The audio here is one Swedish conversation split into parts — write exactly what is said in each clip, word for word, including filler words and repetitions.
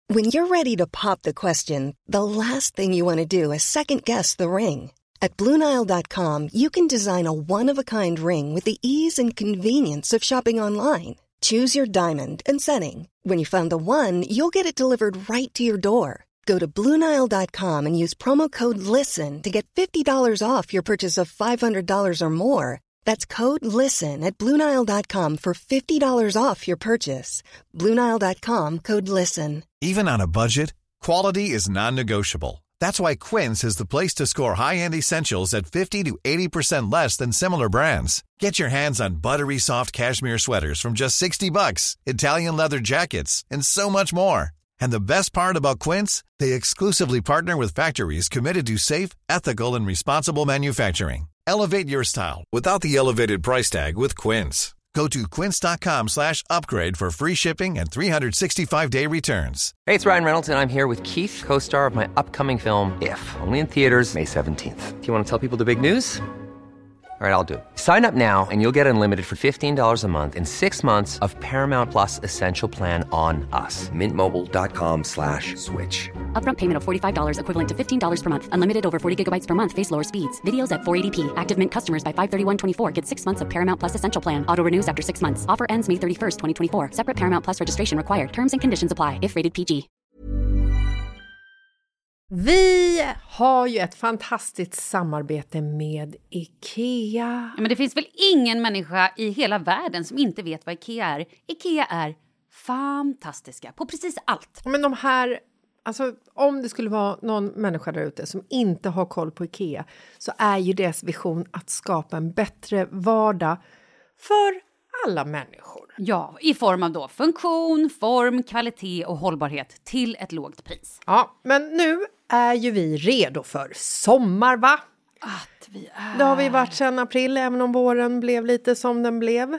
When you're ready to pop the question, the last thing you want to do is second-guess the ring. At Blue Nile dot com, you can design a one-of-a-kind ring with the ease and convenience of shopping online. Choose your diamond and setting. When you find the one, you'll get it delivered right to your door. Go to Blue Nile dot com and use promo code LISTEN to get fifty dollars off your purchase of five hundred dollars or more. That's code LISTEN at Blue Nile dot com for fifty dollars off your purchase. Blue Nile dot com, code LISTEN. Even on a budget, quality is non-negotiable. That's why Quince is the place to score high-end essentials at fifty to eighty percent less than similar brands. Get your hands on buttery soft cashmere sweaters from just sixty bucks, Italian leather jackets, and so much more. And the best part about Quince, they exclusively partner with factories committed to safe, ethical, and responsible manufacturing. Elevate your style without the elevated price tag with Quince. Go to quince dot com slash upgrade for free shipping and three sixty-five day returns. Hey, it's Ryan Reynolds, and I'm here with Keith, co-star of my upcoming film, If, only in theaters May seventeenth. Do you want to tell people the big news? All right, I'll do it. Sign up now and you'll get unlimited for fifteen dollars a month and six months of Paramount Plus Essential Plan on us. Mint Mobile dot com slash switch. Upfront payment of forty-five dollars equivalent to fifteen dollars per month. Unlimited over forty gigabytes per month. Face lower speeds. Videos at four eighty p. Active Mint customers by five thirty-one twenty-four get six months of Paramount Plus Essential Plan. Auto renews after six months. Offer ends May thirty-first, twenty twenty-four. Separate Paramount Plus registration required. Terms and conditions apply if rated P G. Vi har ju ett fantastiskt samarbete med IKEA. Ja, men det finns väl ingen människa i hela världen som inte vet vad IKEA är. IKEA är fantastiska på precis allt. Men de här, alltså om det skulle vara någon människa där ute som inte har koll på IKEA, så är ju deras vision att skapa en bättre vardag för alla människor. Ja, i form av då funktion, form, kvalitet och hållbarhet till ett lågt pris. Ja, men nu är ju vi redo för sommar, va? Att vi är... Det har vi varit sedan april, även om våren blev lite som den blev.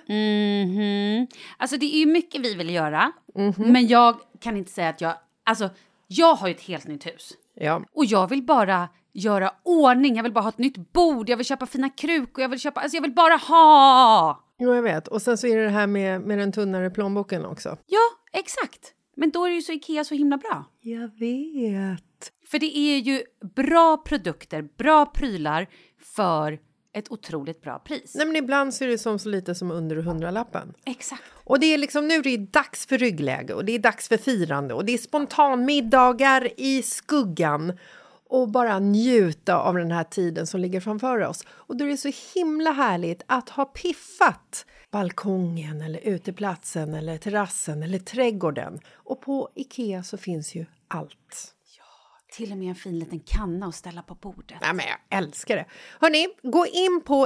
Mhm. Alltså det är ju mycket vi vill göra. Mm-hmm. Men jag kan inte säga att jag... Alltså, jag har ju ett helt nytt hus. Ja. Och jag vill bara göra ordning. Jag vill bara ha ett nytt bord. Jag vill köpa fina krukor. Jag vill köpa... Alltså jag vill bara ha... Jo, jag vet. Och sen så är det det här med, med den tunnare plånboken också. Ja, exakt. Men då är ju så IKEA så himla bra. Jag vet. För det är ju bra produkter, bra prylar för ett otroligt bra pris. Nej, men ibland så är det som så lite som under hundralappen. Exakt. Och det är liksom, nu är det dags för ryggläge och det är dags för firande och det är spontanmiddagar i skuggan. Och bara njuta av den här tiden som ligger framför oss. Och då är det så himla härligt att ha piffat balkongen eller uteplatsen eller terrassen eller trädgården. Och på IKEA så finns ju allt. Ja, till och med en fin liten kanna att ställa på bordet. Nej, men jag älskar det. Hörrni, gå in på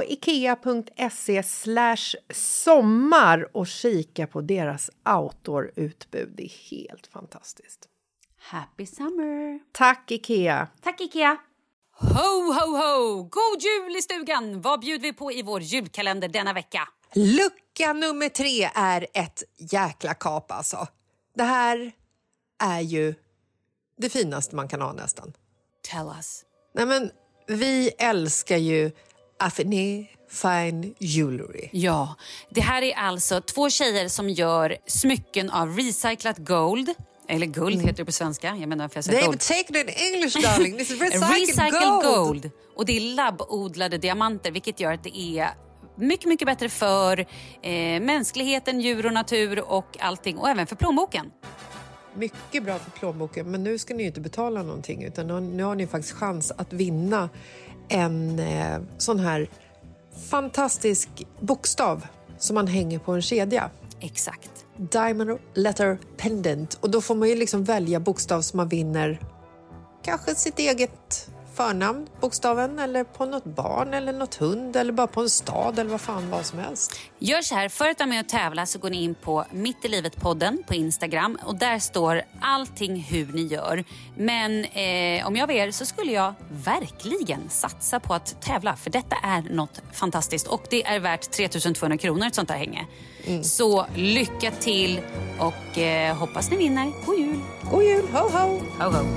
ikea.se slash sommar och kika på deras outdoor-utbud. Det är helt fantastiskt. Happy summer! Tack IKEA! Tack IKEA! Ho, ho, ho! God jul i stugan! Vad bjuder vi på i vår julkalender denna vecka? Lucka nummer tre är ett jäkla kap alltså. Det här är ju det finaste man kan ha nästan. Tell us. Nej, men vi älskar ju Affiné Fine Jewelry. Ja, det här är alltså två tjejer som gör smycken av recyclat gold. Eller guld heter det på svenska. Jag menar för jag säger gold. They've taken it in English, darling. This is recycled, recycled gold. gold. Och det är labbodlade diamanter, vilket gör att det är mycket, mycket bättre för eh, mänskligheten, djur och natur och allting. Och även för plånboken. Mycket bra för plånboken, men nu ska ni ju inte betala någonting, utan nu, nu har ni faktiskt chans att vinna en eh, sån här fantastisk bokstav som man hänger på en kedja. Exakt. Diamond letter pendant. Och då får man ju liksom välja bokstav som man vinner. Kanske sitt eget förnamn, bokstaven, eller på något barn eller något hund eller bara på en stad eller vad fan vad som helst. Gör så här, för att vara med och tävla så går ni in på Mitt i livet-podden på Instagram och där står allting hur ni gör. Men eh, om jag var er så skulle jag verkligen satsa på att tävla, för detta är något fantastiskt och det är värt tre tusen tvåhundra kronor ett sånt här hänge. Mm. Så lycka till och eh, hoppas ni vinner. God jul! God jul! Ho ho! Ho ho!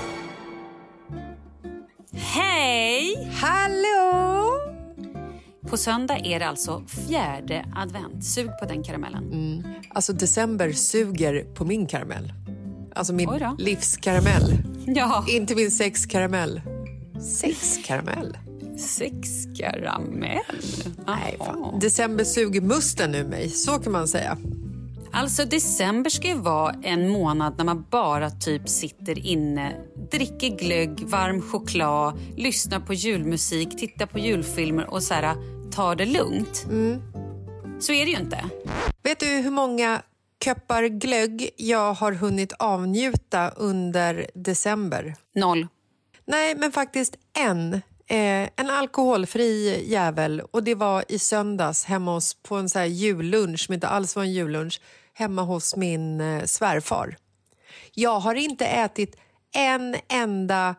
Hej! Hallå! På söndag är det alltså fjärde advent. Sug på den karamellen. Mm. Alltså december suger på min karamell. Alltså min livskaramell. Ja. Inte min sexkaramell. Sexkaramell? Sexkaramell? Nej, fan. December suger musten ur mig, så kan man säga. Alltså december ska ju vara en månad när man bara typ sitter inne, dricker glögg, varm choklad, lyssnar på julmusik, tittar på julfilmer och så här, tar det lugnt. Mm. Så är det ju inte. Vet du hur många köppar glögg jag har hunnit avnjuta under december? Noll. Nej, men faktiskt en. Eh, en alkoholfri jävel, och det var i söndags hemma hos, på en så här jullunch som inte alls var en jullunch, hemma hos min eh, svärfar. Jag har inte ätit en enda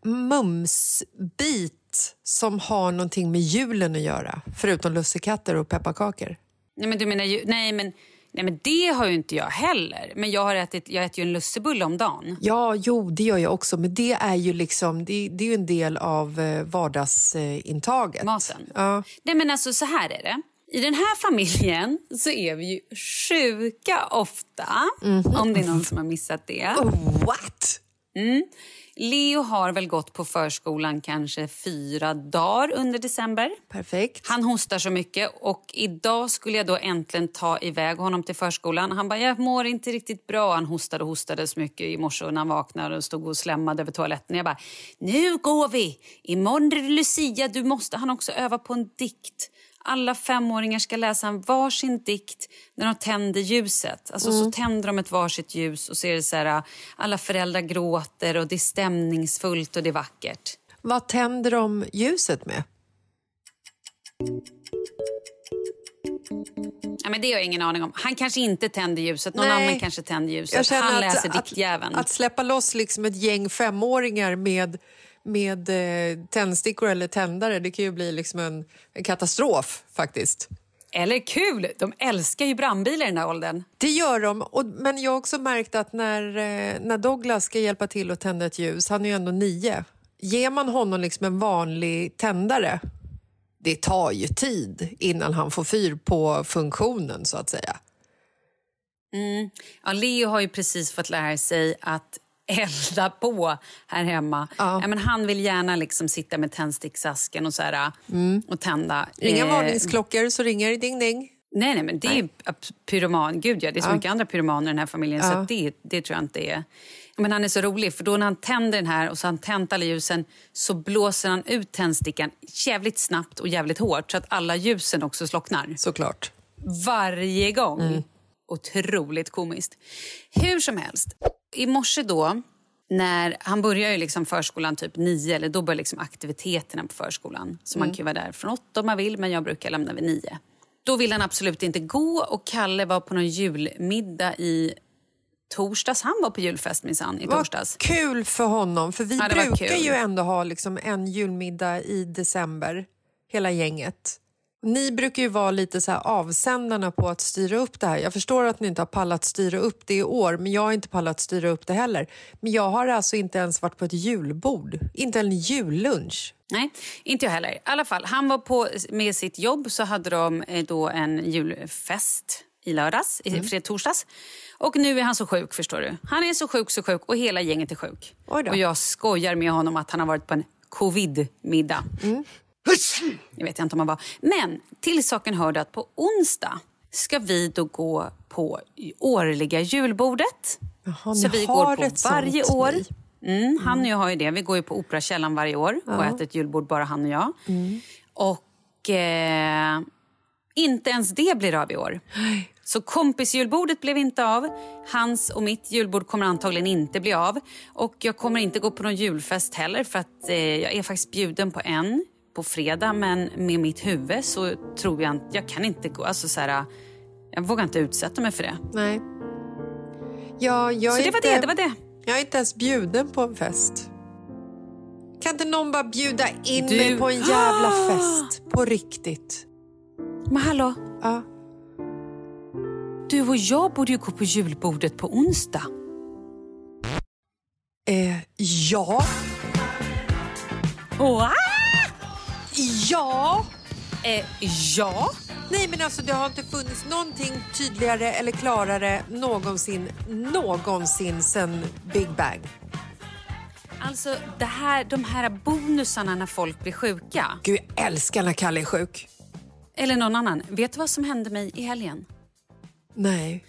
mumsbit som har någonting med julen att göra, förutom lussekatter och pepparkakor. Nej, men du menar ju, nej men Nej, men det har ju inte jag heller. Men jag har ätit, jag äter ju en lussebulle om dagen. Ja, jo, det gör jag också. Men det är ju liksom, det, det är ju en del av vardagsintaget. Maten. Ja. Nej, men alltså så här är det. I den här familjen så är vi ju sjuka ofta. Mm-hmm. Om det är någon som har missat det. Oh, what? Mm. Leo har väl gått på förskolan kanske fyra dagar under december. Perfekt. Han hostar så mycket och idag skulle jag då äntligen ta iväg honom till förskolan. Han bara, jag mår inte riktigt bra. Han hostade och hostade så mycket i morse när han vaknade och stod och slämmade över toaletten. Jag bara, nu går vi! Imorgon är det Lucia, du måste han också öva på en dikt. Alla femåringar ska läsa en varsin dikt när de tänder ljuset. Alltså mm. så tänder de ett varsitt ljus och ser det så här, alla föräldrar gråter och det är stämningsfullt och det är vackert. Vad tänder de ljuset med? Ja, men det har jag ingen aning om. Han kanske inte tänder ljuset, någon Nej. annan kanske tänder ljuset. Han läser att, diktjäveln. Att, att släppa loss liksom ett gäng femåringar med... med eh, tändstickor eller tändare, det kan ju bli liksom en, en katastrof faktiskt. Eller kul, de älskar ju brandbilar i den här åldern. Det gör de, och, men jag har också märkt att när, eh, när Douglas ska hjälpa till att tända ett ljus, han är ju ändå nio, ger man honom liksom en vanlig tändare, det tar ju tid innan han får fyr på funktionen så att säga. Mm. Ja, Leo har ju precis fått lära sig att elda på här hemma. Ja. Ja, men han vill gärna liksom sitta med tändsticksasken och, så här, mm. och tända. Inga eh, varningsklockor så ringer det ding ding. Nej, nej, men det nej. är pyroman. Gud ja, det är så ja. mycket andra pyromaner i den här familjen ja. så att det, det tror jag inte är. Men han är så rolig för då när han tänder den här och så han tänt alla ljusen så blåser han ut tändstickan jävligt snabbt och jävligt hårt så att alla ljusen också slocknar. Såklart. Varje gång. Mm. Otroligt komiskt. Hur som helst. I morse då, när han börjar ju liksom förskolan typ nio, eller då börjar liksom aktiviteterna på förskolan. Så mm. man kan ju vara där från åtta om man vill, men jag brukar lämna vid nio. Då vill han absolut inte gå och Kalle var på någon julmiddag i torsdags. Han var på julfest minsann i torsdags. Vad kul för honom, för vi ja, brukar ju ändå ha liksom en julmiddag i december, hela gänget. Ni brukar ju vara lite så här avsändarna på att styra upp det här. Jag förstår att ni inte har pallat styra upp det i år, men jag har inte pallat styra upp det heller. Men jag har alltså inte ens varit på ett julbord, inte en jullunch. Nej, inte jag heller. I alla fall, han var på med sitt jobb så hade de då en julfest i lördags, i mm. fredag torsdags. Och nu är han så sjuk, förstår du. Han är så sjuk, så sjuk och hela gänget är sjuk. Och jag skojar med honom att han har varit på en covid-middag. Mm. Jag vet inte om man var. Men till saken hörde att på onsdag ska vi då gå på årliga julbordet. Jaha, så vi går på varje år. Mm, han och jag har ju det. Vi går ju på Operakällan varje år ja. och äter ett julbord bara han och jag. Mm. Och eh, inte ens det blir av i år. Så kompisjulbordet blev inte av. Hans och mitt julbord kommer antagligen inte bli av. Och jag kommer inte gå på någon julfest heller för att eh, jag är faktiskt bjuden på en på fredag, men med mitt huvud så tror jag inte, jag kan inte gå, alltså så här, jag vågar inte utsätta mig för det. Nej. Ja, jag så det inte, var det, det var det. Jag är inte ens bjuden på en fest. Kan inte någon bara bjuda in du... mig på en jävla ah! fest? På riktigt. Men hallå? Ja. Du och jag borde ju gå på julbordet på onsdag. Eh, ja. Åh! Ja, Eh, ja. Nej, men alltså det har inte funnits någonting tydligare eller klarare någonsin, någonsin sen Big Bang. Alltså det här, de här bonusarna när folk blir sjuka. Gud, jag älskar när Kalle är sjuk. Eller någon annan. Vet du vad som hände mig i helgen? Nej.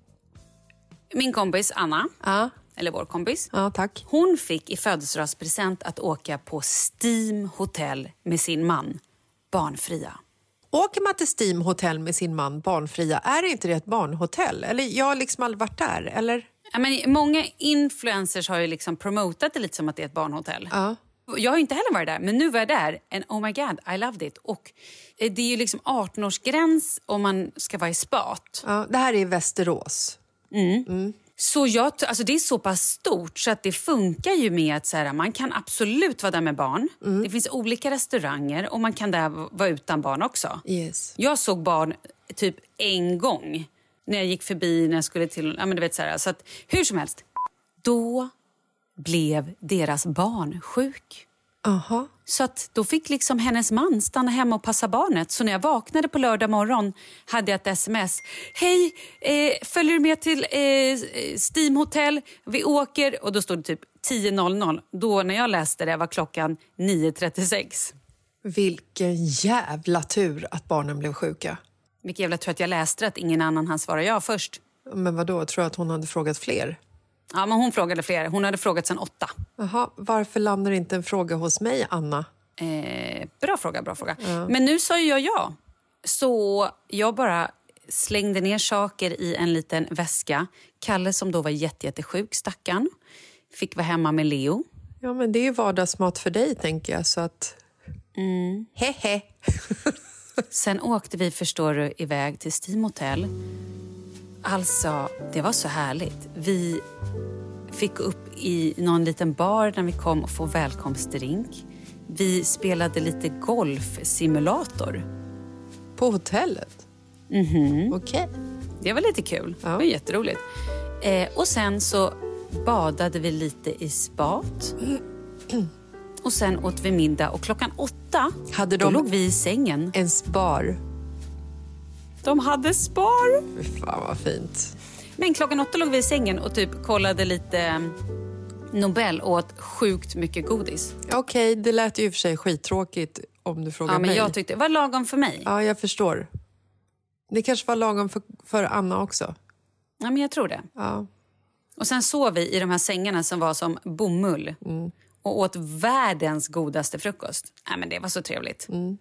Min kompis Anna, Ja. eller vår kompis. Ja, tack. Hon fick i födelsedagspresent att åka på Steam Hotel med sin man. Barnfria. Åker man till Steam Hotel med sin man barnfria, är det inte det ett barnhotell? Eller jag har liksom aldrig varit där, eller? Ja, men många influencers har ju liksom promotat det lite som att det är ett barnhotell. Ja. Jag har inte heller varit där, men nu var jag där. And oh my god, I loved it. Och det är ju liksom arton-årsgräns om man ska vara i spat. Ja, det här är i Västerås. Mm. Mm. Så jag, alltså det är så pass stort så att det funkar ju med att så här, man kan absolut vara där med barn. Mm. Det finns olika restauranger och man kan där vara utan barn också. Yes. Jag såg barn typ en gång när jag gick förbi när jag skulle till, ja men du vet så här, så att hur som helst. Då blev deras barn sjuk. Aha. Så att då fick liksom hennes man stanna hemma och passa barnet. Så när jag vaknade på lördag morgon hade jag ett sms. Hej, eh, följer du med till eh, Steam Hotel? Vi åker. Och då stod det typ tio noll noll. Då när jag läste det var klockan nio trettiosex. Vilken jävla tur att barnen blev sjuka. Vilken jävla tur att jag läste att ingen annan hann svara ja först. Men vadå, tror jag att hon hade frågat fler? Ja, men hon frågade fler. Hon hade frågat sedan åtta. Jaha, varför landar inte en fråga hos mig, Anna? Eh, bra fråga, bra fråga. Ja. Men nu sa ju jag ja. Så jag bara slängde ner saker i en liten väska. Kalle som då var jätte, jättesjuk, stackarn, fick vara hemma med Leo. Ja, men det är ju vardagsmat för dig, tänker jag. Så att... Mm. Hehe. Sen åkte vi, förstår du, iväg till Steam Hotel. Alltså, det var så härligt. Vi fick gå upp i någon liten bar när vi kom och få välkomstdrink. Vi spelade lite golfsimulator. På hotellet? Mhm. Okej. Okay. Det var lite kul. Ja. Det var jätteroligt. Eh, och sen så badade vi lite i spat. Och sen åt vi middag. Och klockan åtta hade de då låg vi i sängen. En spar. De hade spar. Fy fan vad fint. Men klockan åtta låg vi i sängen och typ kollade lite Nobel och åt sjukt mycket godis. Okej, okay, det lät ju i och för sig skittråkigt om du frågar mig. Ja, men mig. jag tyckte det var lagom för mig. Ja, jag förstår. Det kanske var lagom för, för Anna också. Ja, men jag tror det. Ja. Och sen sov vi i de här sängarna som var som bomull. Mm. Och åt världens godaste frukost. Nej, men det var så trevligt. Mm.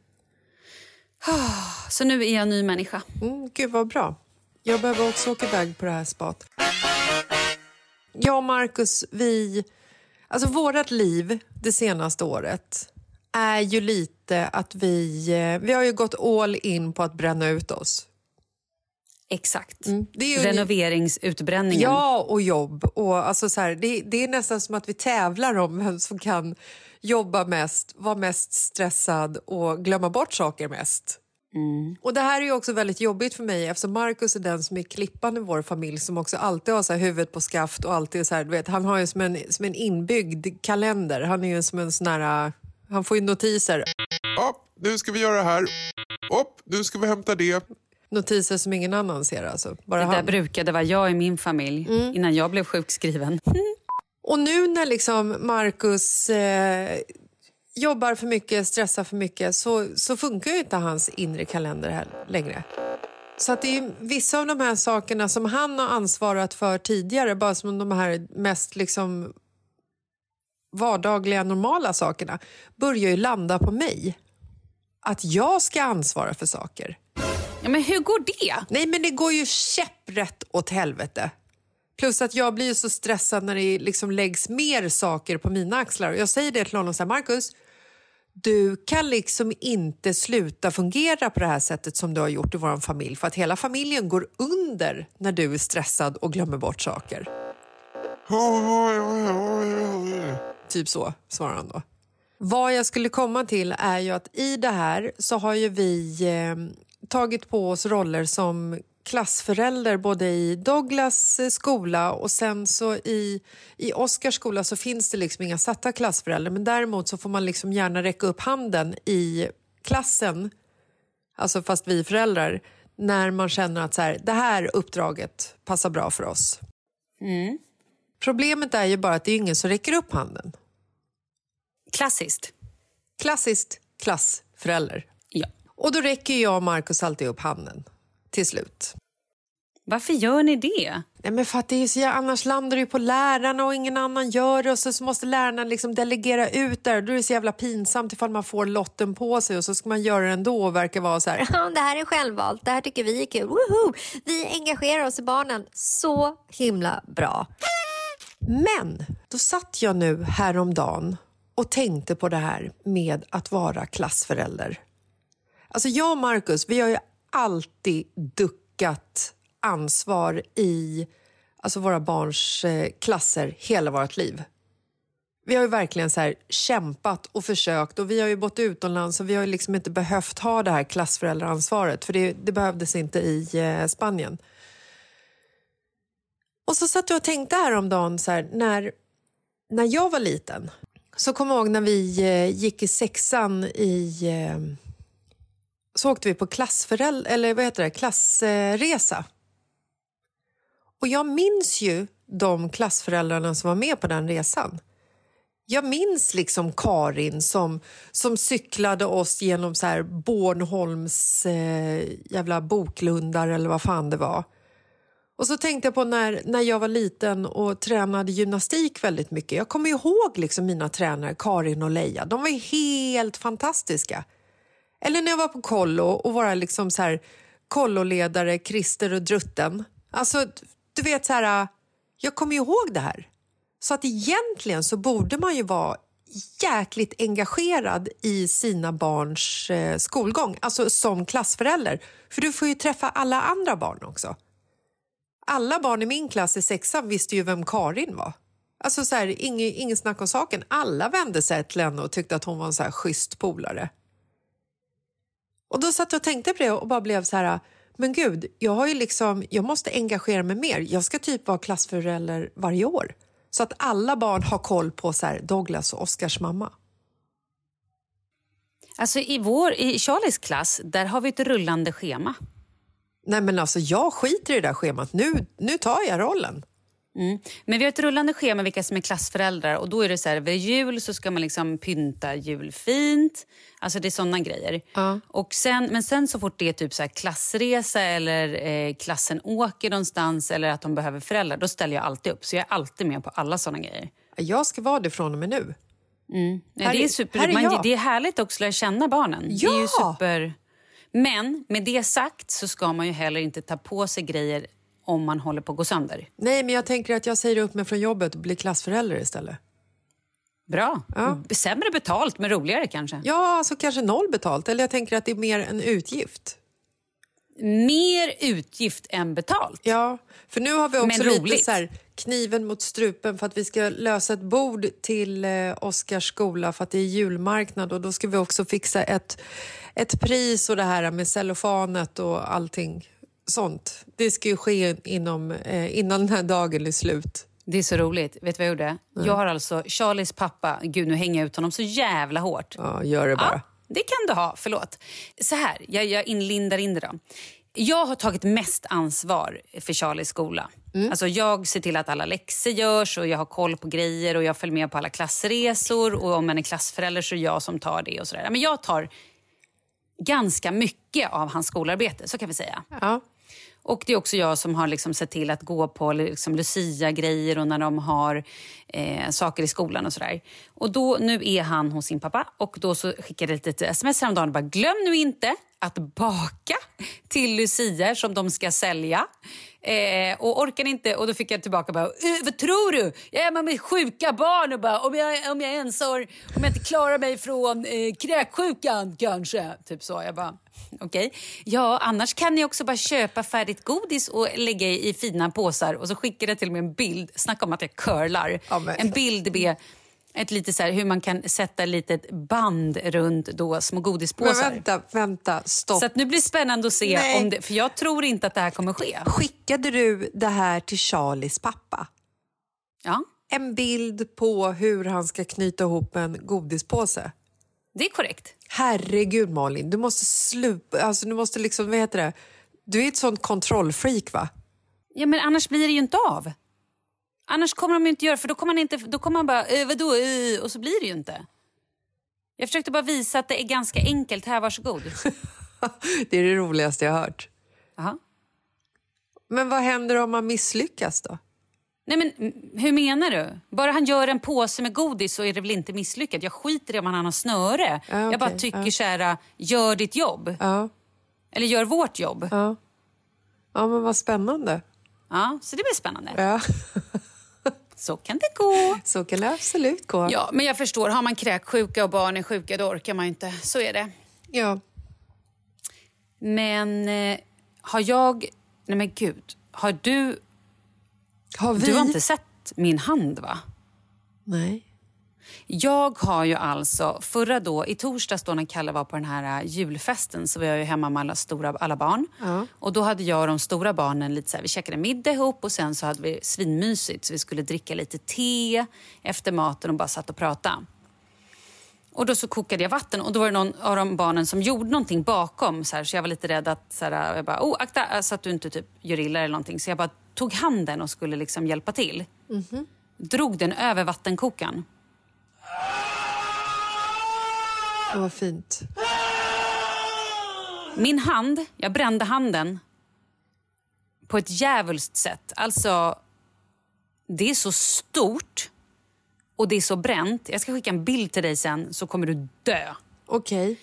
Så nu är jag en ny människa. Mm, gud vad bra. Jag behöver också åka iväg på det här spat. Jag och Marcus, vi... Alltså vårat liv det senaste året är ju lite att vi... Vi har ju gått all in på att bränna ut oss. Exakt. Mm. Det är ju renoveringsutbränningen. Ja, och jobb. Och alltså så här, det, det är nästan som att vi tävlar om vem som kan jobba mest, vara mest stressad och glömma bort saker mest. Mm. Och det här är ju också väldigt jobbigt för mig eftersom Marcus är den som är klippan i vår familj som också alltid har så här huvudet på skaft och alltid så här, du vet, han har ju som en, som en inbyggd kalender. Han är ju som en sån här, han får ju notiser. Ja, nu ska vi göra det här. Upp, nu ska vi hämta det. Notiser som ingen annan ser alltså. Bara det han. där brukade vara jag i min familj mm. innan jag blev sjukskriven. Och nu när liksom Marcus eh, jobbar för mycket, stressar för mycket så, så funkar ju inte hans inre kalender här längre. Så att det är vissa av de här sakerna som han har ansvarat för tidigare, bara som de här mest liksom vardagliga, normala sakerna, börjar ju landa på mig. Att jag ska ansvara för saker. Ja, men hur går det? Nej, men det går ju käpprätt åt helvete. Plus att jag blir så stressad när det liksom läggs mer saker på mina axlar. Jag säger det till honom så här, Marcus, du kan liksom inte sluta fungera på det här sättet som du har gjort i vår familj. För att hela familjen går under när du är stressad och glömmer bort saker. Typ så, svarar han då. Vad jag skulle komma till är ju att i det här så har ju vi eh, tagit på oss roller som klassförälder både i Douglas skola och sen så i, i Oscars skola så finns det liksom inga satta klassföräldrar, men däremot så får man liksom gärna räcka upp handen i klassen Alltså fast vi föräldrar, när man känner att så här, det här uppdraget passar bra för oss. Mm. Problemet är ju bara att det är ingen som räcker upp handen. Klassiskt. Klassiskt klassförälder. Ja. Och då räcker jag och Marcus alltid upp handen till slut. Varför gör ni det? Nej, men för att det är så, annars landar det ju på lärarna och ingen annan gör det. Och så, så måste lärarna liksom delegera ut där. Då är det så jävla pinsamt ifall man får lotten på sig. Och så ska man göra det ändå och verka vara så här. Ja, det här är självvalt. Det här tycker vi är kul. Woho! Vi engagerar oss i barnen så himla bra. Men då satt jag nu häromdagen och tänkte på det här med att vara klassförälder. Alltså jag och Marcus, vi har ju alltid duckat ansvar i alltså våra barns eh, klasser hela vårt liv. Vi har ju verkligen så här kämpat och försökt och vi har ju bott utomlands och vi har ju liksom inte behövt ha det här klassföräldraansvaret för det, det behövdes inte i eh, Spanien. Och så satt jag och tänkte häromdagen så här, när, när jag var liten så kom jag ihåg när vi eh, gick i sexan i eh, så åkte vi på klassföräldrar eller vad heter det klassresa. Och jag minns ju de klassföräldrarna som var med på den resan. Jag minns liksom Karin som, som cyklade oss genom så här Bornholms eh, jävla boklundar eller vad fan det var. Och så tänkte jag på när, när jag var liten och tränade gymnastik väldigt mycket. Jag kommer ihåg liksom mina tränare Karin och Leia. De var ju helt fantastiska. Eller när jag var på kollo och våra liksom så här kolloledare Christer och Drutten. Alltså du vet så här, jag kommer ihåg det här. Så att egentligen så borde man ju vara jäkligt engagerad i sina barns eh, skolgång. Alltså som klassförälder. För du får ju träffa alla andra barn också. Alla barn i min klass i sexan visste ju vem Karin var. Alltså så här, ingen, ingen snack om saken. Alla vände sig till henne och tyckte att hon var en så här schysst polare. Och då satt jag och tänkte på det och bara blev så här, men gud, jag har ju liksom, jag måste engagera mig mer. Jag ska typ vara klassförälder varje år. Så att alla barn har koll på så här Douglas och Oscars mamma. Alltså i vår, i Charlies klass, där har vi ett rullande schema. Nej men alltså jag skiter i det där schemat. Nu, nu tar jag rollen. Mm. Men vi har ett rullande schema vilka som är klassföräldrar och då är det så här, vid jul så ska man liksom pynta julfint. Alltså det är sådana grejer. Ja. Och sen, men sen så fort det är typ så här klassresa eller eh, klassen åker någonstans eller att de behöver föräldrar, då ställer jag alltid upp. Så jag är alltid med på alla sådana grejer. Jag ska vara det från och med nu. Mm. Ja, här det, är är, super, här är man, jag. det är härligt också att lära känna barnen. Ja! Det är ju super... Men med det sagt så ska man ju heller inte ta på sig grejer om man håller på att gå sönder. Nej, men jag tänker att jag säger upp mig från jobbet och blir klassförälder istället. Bra. Ja. Sämre betalt, men roligare kanske. Ja, alltså kanske noll betalt. Eller jag tänker att det är mer en utgift. Mer utgift än betalt. Ja, för nu har vi också Men lite roligt. så här kniven mot strupen för att vi ska lösa ett bord till eh, Oscars skola för att det är julmarknad och då ska vi också fixa ett, ett pris och det här med cellofanet och allting sånt. Det ska ju ske inom, eh, innan den här dagen är slut. Det är så roligt. Vet du vad jag gjorde? Mm. Jag har alltså Charlies pappa. Gud, nu hänger jag ut honom så jävla hårt. Ja, gör det bara. Ja, det kan du ha. Förlåt. Så här, jag, jag inlindar in det då. Jag har tagit mest ansvar för Charlies skola. Mm. Alltså jag ser till att alla läxor görs och jag har koll på grejer och jag följer med på alla klassresor och om man är klassförälder så är jag som tar det och sådär. Men jag tar ganska mycket av hans skolarbete, så kan vi säga. Ja. Och det är också jag som har liksom sett till att gå på liksom Lucia-grejer och när de har eh, saker i skolan och sådär. Och då, nu är han hos sin pappa och då så skickade jag ett sms häromdagen och bara, glöm nu inte att baka till Lucia som de ska sälja. Eh, och orkar inte, och då fick jag tillbaka bara, vad tror du? Jag är med sjuka barn och bara, om jag, om jag ens har, om jag inte klarar mig från eh, kräksjukan kanske. Typ så, jag bara, okej. Okay. Ja, annars kan ni också bara köpa färdigt godis och lägga i fina påsar och så skickar jag till mig en bild, snacka om att jag curlar. Ja, men... En bild med ett lite så här, hur man kan sätta ett litet band runt då små godispåsar. Men vänta, vänta, stopp. Så att nu blir det spännande att se Nej. om det, för jag tror inte att det här kommer ske. Skickade du det här till Charlies pappa? Ja. En bild på hur han ska knyta ihop en godispåse? Det är korrekt. Herregud Malin, du måste sluta, alltså du måste liksom, vad heter det? Du är ett sånt kontrollfreak va? Ja, men annars blir det ju inte av. Annars kommer de ju inte göra, för då kommer man inte, då kommer man bara, äh, vadå, äh, och så blir det ju inte. Jag försökte bara visa att det är ganska enkelt, här, varsågod. Det är det roligaste jag har hört. Aha. Men vad händer om man misslyckas då? Nej, men hur menar du? Bara han gör en påse med godis så är det väl inte misslyckat. Jag skiter i om han har snöre. Ja, okay. Jag bara tycker ja. så här, gör ditt jobb. Ja. Eller gör vårt jobb. Ja. Ja, men vad spännande. Ja, så det blir spännande. Ja. Så kan det gå. Så kan det absolut gå. Ja, men jag förstår. Har man kräksjuka och barn är sjuka, då orkar man inte. Så är det. Ja. Men eh, har jag... Nej men gud. Har du... Har vi? Du har inte sett min hand, va? Nej. Jag har ju alltså... Förra då, i torsdags då när Kalle var på den här julfesten så var jag ju hemma med alla, stora, alla barn. Ja. Och då hade jag och de stora barnen lite så här, vi käkade middag ihop och sen så hade vi svinmysigt. Så vi skulle dricka lite te efter maten och bara satt och prata. Och då så kokade jag vatten och då var det någon av de barnen som gjorde någonting bakom. Så, här, så jag var lite rädd att, så här, jag bara, oh, akta, så att du inte typ gör illa eller någonting. Så jag bara tog handen och skulle liksom hjälpa till. Mm-hmm. Drog den över vattenkokan. Det var fint. Min hand, jag brände handen på ett djävulskt sätt. Alltså, det är så stort och det är så bränt. Jag ska skicka en bild till dig sen så kommer du dö. Okej.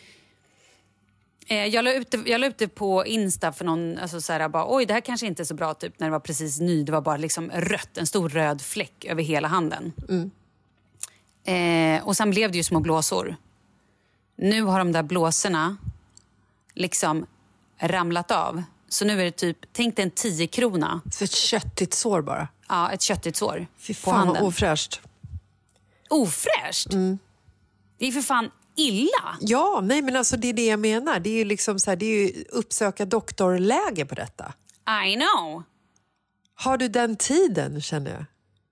Okay. Jag la ut det, jag la ut det på Insta för någon, alltså så här, bara, oj det här kanske inte är så bra typ när det var precis ny. Det var bara liksom rött, en stor röd fläck över hela handen. Mm. Eh, och sen blev det ju små blåsor. Nu har de där blåsorna liksom ramlat av. Så nu är det typ, tänk dig en tio krona. För ett köttigt sår bara. Ja, ett köttigt sår. Fy på fan handen. vad ofräscht. Ofräscht? Mm. Det är för fan illa. Ja, nej men alltså det är det jag menar. Det är ju liksom så här, det är ju uppsöka doktorläge på detta. I know. Har du den tiden, känner jag?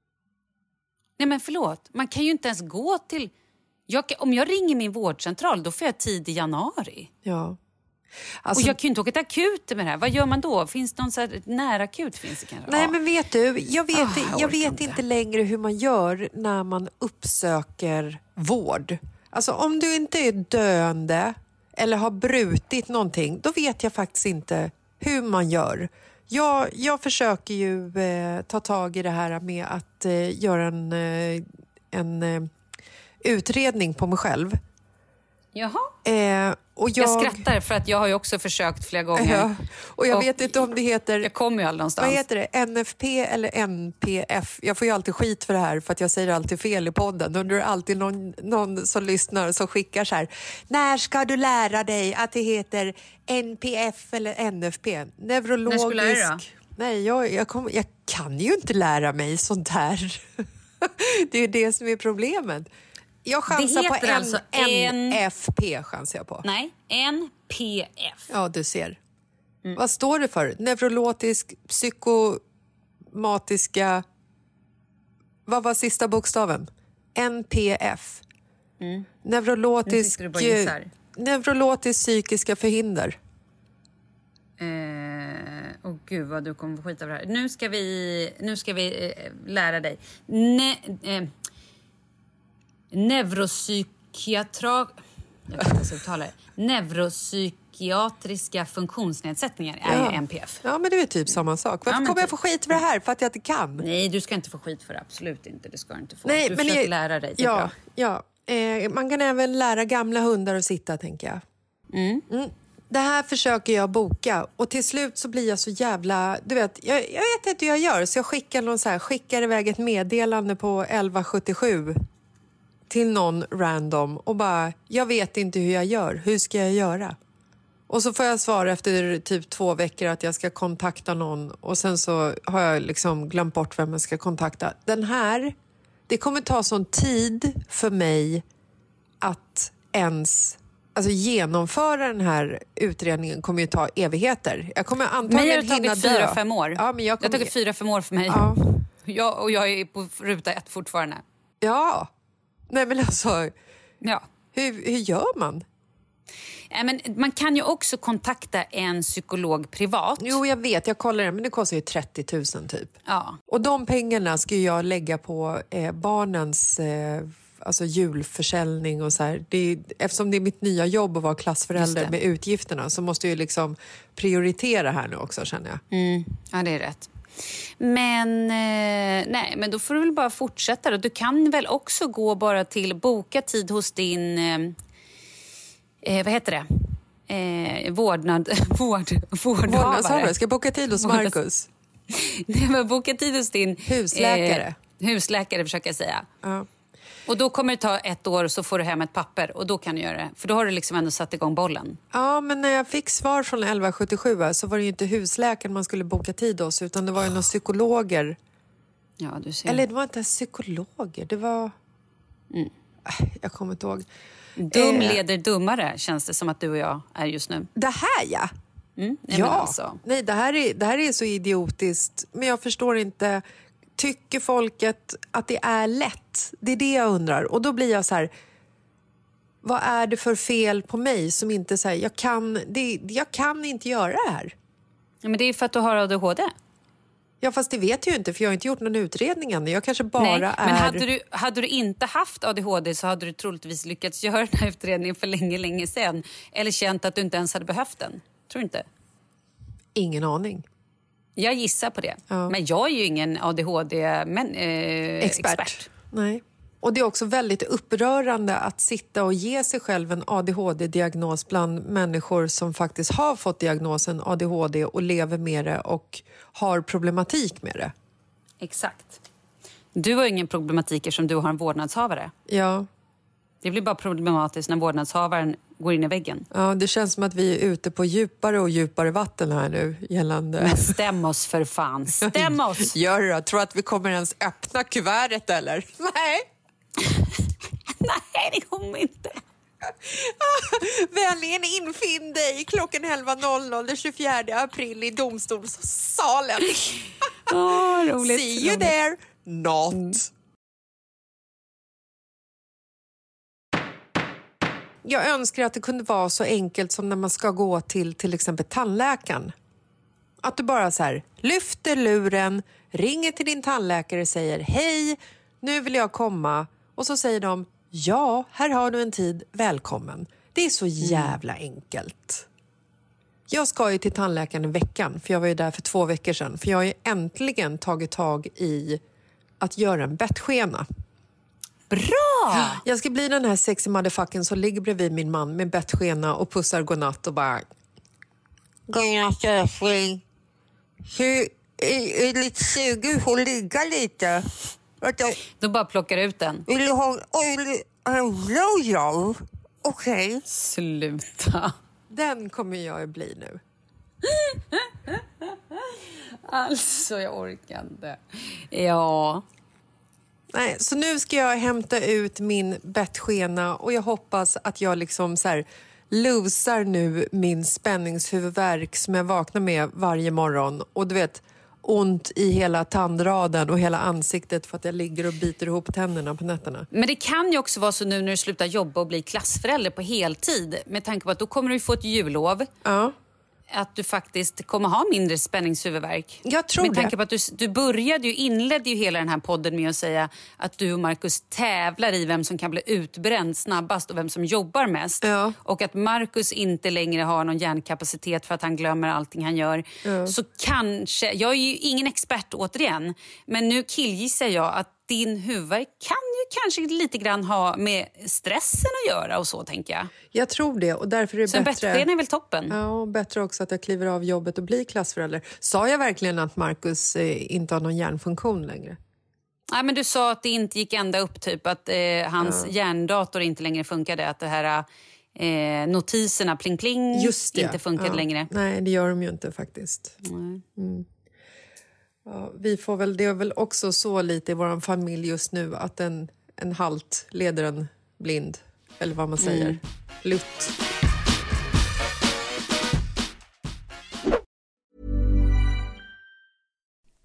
Nej men förlåt, man kan ju inte ens gå till... Jag, om jag ringer min vårdcentral, då får jag tid i januari. Ja. Alltså... Och jag kan ju inte åka till akuten med det här. Vad gör man då? Finns det någon så här nära akut? Finns det kanske? Nej, ja. men vet du, jag vet, oh, jag jag vet inte. inte längre hur man gör när man uppsöker vård. Alltså om du inte är döende eller har brutit någonting, då vet jag faktiskt inte hur man gör. Jag, jag försöker ju eh, ta tag i det här med att eh, göra en, eh, en eh, utredning på mig själv. Jaha. Eh, och jag... jag skrattar för att jag har ju också försökt flera gånger. Ja, och jag och vet inte om det heter... Jag kommer ju aldrig någonstans. Vad heter det? N F P eller N P F? Jag får ju alltid skit för det här för att jag säger alltid fel i podden. Och det är alltid någon, någon som lyssnar som skickar så här. När ska du lära dig att det heter N P F eller N F P? Neurologisk... När skulle du lära dig då? Nej, jag, jag, kom, jag kan ju inte lära mig sånt här. Det är det som är problemet. Jag chansar på en, alltså N F P. Chansar jag på. Nej, N P F. Ja, du ser. Mm. Vad står det för? Neurologisk, psykomatiska... Vad var sista bokstaven? N P F. Mm. Neurologisk... Neurologisk psykiska förhinder. Åh eh, oh gud vad du kommer få skit av det här. Nu ska vi, nu ska vi eh, lära dig. Ne, eh, neuropsykiatra... Jag vet inte ens uttala det. Neuropsykiatriska funktionsnedsättningar är ja. ju N P F. Ja, men det är typ samma sak. Varför ja, kommer typ. jag få skit för det här? För att jag inte kan? Nej, du ska inte få skit för det. Absolut inte. Det ska du inte få. Nej, du men försöker jag, lära dig. Ja, ja. Eh, man kan även lära gamla hundar att sitta, tänker jag. Mm. Mm. Det här försöker jag boka och till slut så blir jag så jävla... Du vet, jag, jag vet inte hur jag gör så jag skickar, någon så här, skickar iväg ett meddelande på elva sjuttiosju till någon random och bara, jag vet inte hur jag gör. Hur ska jag göra? Och så får jag svar efter typ två veckor att jag ska kontakta någon och sen så har jag liksom glömt bort vem jag ska kontakta. Den här, det kommer ta sån tid för mig att ens... Alltså genomföra den här utredningen kommer ju ta evigheter. Jag kommer antagligen hinna dö. Men jag har tagit fyra, fem år. Ja, men jag kommer... Jag har tagit fyra, fem år för mig. Ja. Jag, och jag är på ruta ett fortfarande. Ja. Nej men alltså. Ja. Hur, hur gör man? Äh, men man kan ju också kontakta en psykolog privat. Jo, jag vet. Jag kollar det, men det kostar ju trettio tusen typ. Ja. Och de pengarna ska ju jag lägga på eh, barnens eh, alltså julförsäljning och så här. Det är, eftersom det är mitt nya jobb att vara klassförälder med utgifterna så måste jag ju liksom prioritera här nu också, känner jag. Mm. Ja, det är rätt. Men eh, nej, men då får du väl bara fortsätta då. Du kan väl också gå bara till boka tid hos din eh, eh, vad heter det? Eh, vårdnad vård vårdhavare. Vårdnadshavare. Ska jag boka tid hos Marcus? Nej, men boka tid hos din husläkare. Eh, husläkare försöker jag säga. Ja. Och då kommer det ta ett år och så får du hem ett papper och då kan du göra det. För då har du liksom ändå satt igång bollen. Ja, men när jag fick svar från elva sjuttiosju så var det ju inte husläkaren man skulle boka tid hos utan det var ju några psykologer. Ja, du ser. Eller det var inte psykologer, det var... Mm. Jag kommer inte ihåg. Dum eh... leder dummare känns det som att du och jag är just nu. Det här, ja. Mm, nej, ja. Men alltså. Nej, det här, är, det här är så idiotiskt. Men jag förstår inte... Tycker folket att det är lätt? Det är det jag undrar. Och då blir jag så här... Vad är det för fel på mig som inte säger jag kan det, jag kan inte göra det här? Ja, men det är för att du har A D H D. Ja, fast det vet jag ju inte för jag har inte gjort någon utredning än. Jag kanske bara Nej, är... men hade du, hade du inte haft A D H D så hade du troligtvis lyckats göra den här utredningen för länge, länge sedan. Eller känt att du inte ens hade behövt den. Tror du inte? Ingen aning. Jag gissar på det. Ja. Men jag är ju ingen A D H D-expert. Eh, expert. Nej. Och det är också väldigt upprörande att sitta och ge sig själv en A D H D-diagnos bland människor som faktiskt har fått diagnosen A D H D och lever med det och har problematik med det. Exakt. Du har ingen problematik som du har en vårdnadshavare. Ja. Det blir bara problematiskt när vårdnadshavaren går in i väggen. Ja, det känns som att vi är ute på djupare och djupare vatten här nu gällande... Men stäm oss för fan, stäm oss! Gör det då. Tror att vi kommer ens öppna kuvertet eller? Nej. Nej, det kommer inte. Vänligen infinn dig klockan elva noll noll den tjugofjärde april i domstolssalen. Oh, roligt. See you roligt. there. Not. Mm. Jag önskar att det kunde vara så enkelt som när man ska gå till till exempel tandläkaren. Att du bara så här lyfter luren, ringer till din tandläkare och säger hej, nu vill jag komma. Och så säger de, ja, här har du en tid, välkommen. Det är så jävla mm. enkelt. Jag ska ju till tandläkaren i veckan, för jag var ju där för två veckor sedan. För jag har ju äntligen tagit tag i att göra en bettskena. Bra! Jag ska bli den här sexy motherfucken som ligger bredvid min man med bettskena och pussar godnatt och bara... Godnatt, älskling. Hur är lite sugen på att ligga lite? Då bara plockar ut den. Vill du ha en blowjob? Okej. Okay. Sluta. Den kommer jag att bli nu. Alltså, jag orkar inte. Ja. Nej, så nu ska jag hämta ut min bettskena och jag hoppas att jag liksom så här losar nu min spänningshuvudvärk som jag vaknar med varje morgon. Och du vet, ont i hela tandraden och hela ansiktet för att jag ligger och biter ihop tänderna på nätterna. Men det kan ju också vara så nu när du slutar jobba och blir klassförälder på heltid. Med tanke på att då kommer du få ett jullov. Ja. Att du faktiskt kommer ha mindre spänningshuvudvärk. Jag tror med tanke det. på att du, du började ju, inledde ju hela den här podden med att säga att du och Marcus tävlar i vem som kan bli utbränd snabbast och vem som jobbar mest. Ja. Och att Marcus inte längre har någon hjärnkapacitet för att han glömmer allting han gör. Ja. Så kanske, jag är ju ingen expert återigen, men nu killgissar jag att din huvudvärk kan ju kanske lite grann ha med stressen att göra och så, tänker jag. Jag tror det, och därför är det så bättre... Så en bettskena är väl toppen? Ja, och bättre också att jag kliver av jobbet och blir klassförälder. Sa jag verkligen att Marcus eh, inte har någon hjärnfunktion längre? Nej, men du sa att det inte gick ända upp, typ att eh, hans ja. hjärndator inte längre funkade. Att det här eh, notiserna, pling pling, Just det. inte funkade ja. längre. Nej, det gör de ju inte faktiskt. Nej. Mm. Ja, vi får väl, det är väl också så lite i vår familj just nu att en, en halt leder en blind, eller vad man säger. Mm. Lutt.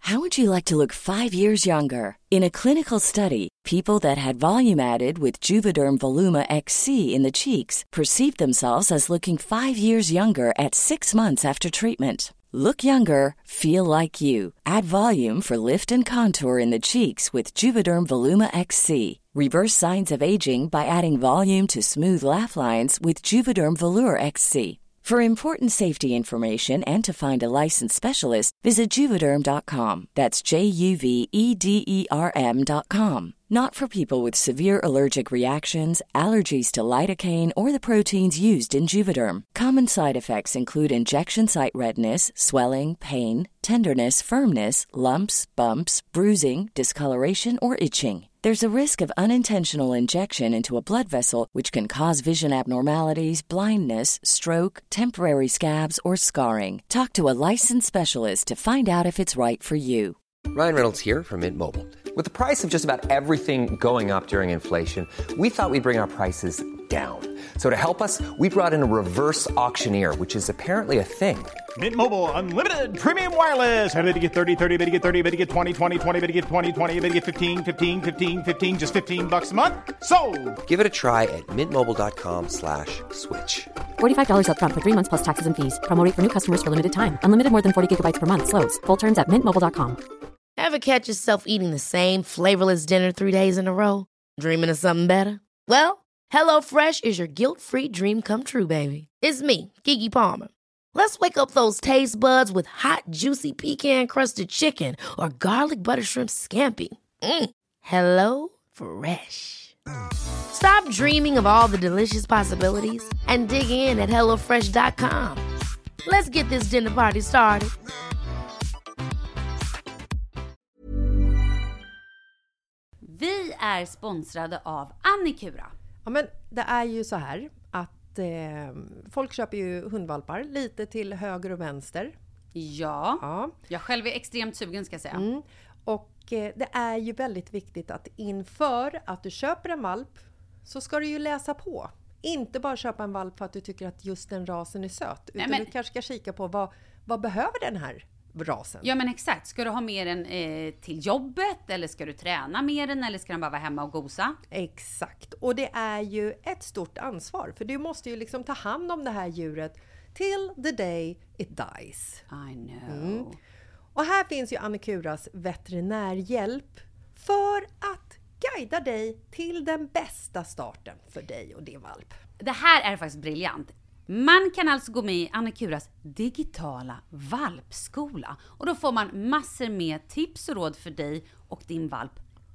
How would you like to look five years younger? In a clinical study, people that had volume added with Juvederm Voluma X C in the cheeks perceived themselves as looking five years younger at six months after treatment. Look younger, feel like you. Add volume for lift and contour in the cheeks with Juvederm Voluma X C. Reverse signs of aging by adding volume to smooth laugh lines with Juvederm Volure X C. For important safety information and to find a licensed specialist, visit Juvederm dot com. That's J U V E D E R M dot com. Not for people with severe allergic reactions, allergies to lidocaine, or the proteins used in Juvederm. Common side effects include injection site redness, swelling, pain, tenderness, firmness, lumps, bumps, bruising, discoloration, or itching. There's a risk of unintentional injection into a blood vessel, which can cause vision abnormalities, blindness, stroke, temporary scabs, or scarring. Talk to a licensed specialist to find out if it's right for you. Ryan Reynolds here from Mint Mobile. With the price of just about everything going up during inflation, we thought we'd bring our prices down. So to help us, we brought in a reverse auctioneer, which is apparently a thing. Mint Mobile Unlimited Premium Wireless. How to get thirty, thirty, how to get thirty, how to get twenty, twenty, twenty, how to get twenty, twenty, how to get fifteen, fifteen, fifteen, fifteen, just fifteen bucks a month? Sold! Give it a try at mintmobile.com slash switch. forty-five dollars up front for three months plus taxes and fees. Promo rate for new customers for limited time. Unlimited more than forty gigabytes per month. Slows full terms at mint mobile dot com. Ever catch yourself eating the same flavorless dinner three days in a row? Dreaming of something better? Well, HelloFresh is your guilt-free dream come true, baby. It's me, Keke Palmer. Let's wake up those taste buds with hot, juicy pecan-crusted chicken or garlic butter shrimp scampi. Mm. Hello Fresh. Stop dreaming of all the delicious possibilities and dig in at hello fresh dot com. Let's get this dinner party started. Vi är sponsrade av Annikura. Ja, men det är ju så här att eh, folk köper ju hundvalpar lite till höger och vänster. Ja, ja. Jag själv är extremt sugen ska jag säga. Mm. Och eh, det är ju väldigt viktigt att inför att du köper en valp så ska du ju läsa på. Inte bara köpa en valp för att du tycker att just den rasen är söt. Utan Nej, men... du kanske ska kika på vad, vad behöver den här rasen. Ja men exakt, ska du ha med den eh, till jobbet eller ska du träna med den eller ska den bara vara hemma och gosa? Exakt, och det är ju ett stort ansvar för du måste ju liksom ta hand om det här djuret till the day it dies. I know. Mm. Och här finns ju Annikuras veterinärhjälp för att guida dig till den bästa starten för dig och din valp. Det här är faktiskt briljant. Man kan alltså gå med i Annikuras digitala valpskola. Och då får man massor med tips och råd för dig och din valp.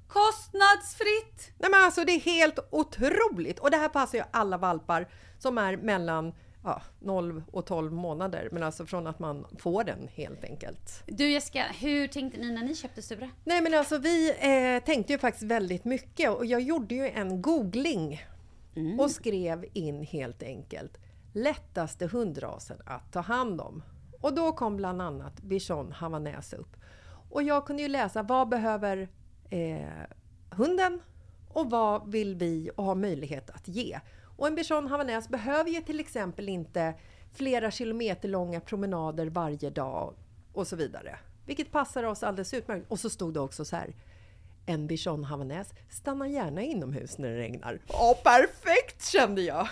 Kostnadsfritt! Nej men alltså det är helt otroligt. Och det här passar ju alla valpar som är mellan ja, noll och tolv månader. Men alltså från att man får den helt enkelt. Du Jessica, hur tänkte ni när ni köpte Sura? Nej men alltså vi eh, tänkte ju faktiskt väldigt mycket. Och jag gjorde ju en googling. Mm. Och skrev in helt enkelt lättaste hundrasen att ta hand om. Och då kom bland annat Bichon Havanäs upp. Och jag kunde ju läsa vad behöver eh, hunden och vad vill vi och ha möjlighet att ge. Och en Bichon Havanäs behöver ju till exempel inte flera kilometer långa promenader varje dag och så vidare. Vilket passar oss alldeles utmärkt. Och så stod det också så här: en Bichon Havanäs stannar gärna inomhus när det regnar. Åh, perfekt kände jag!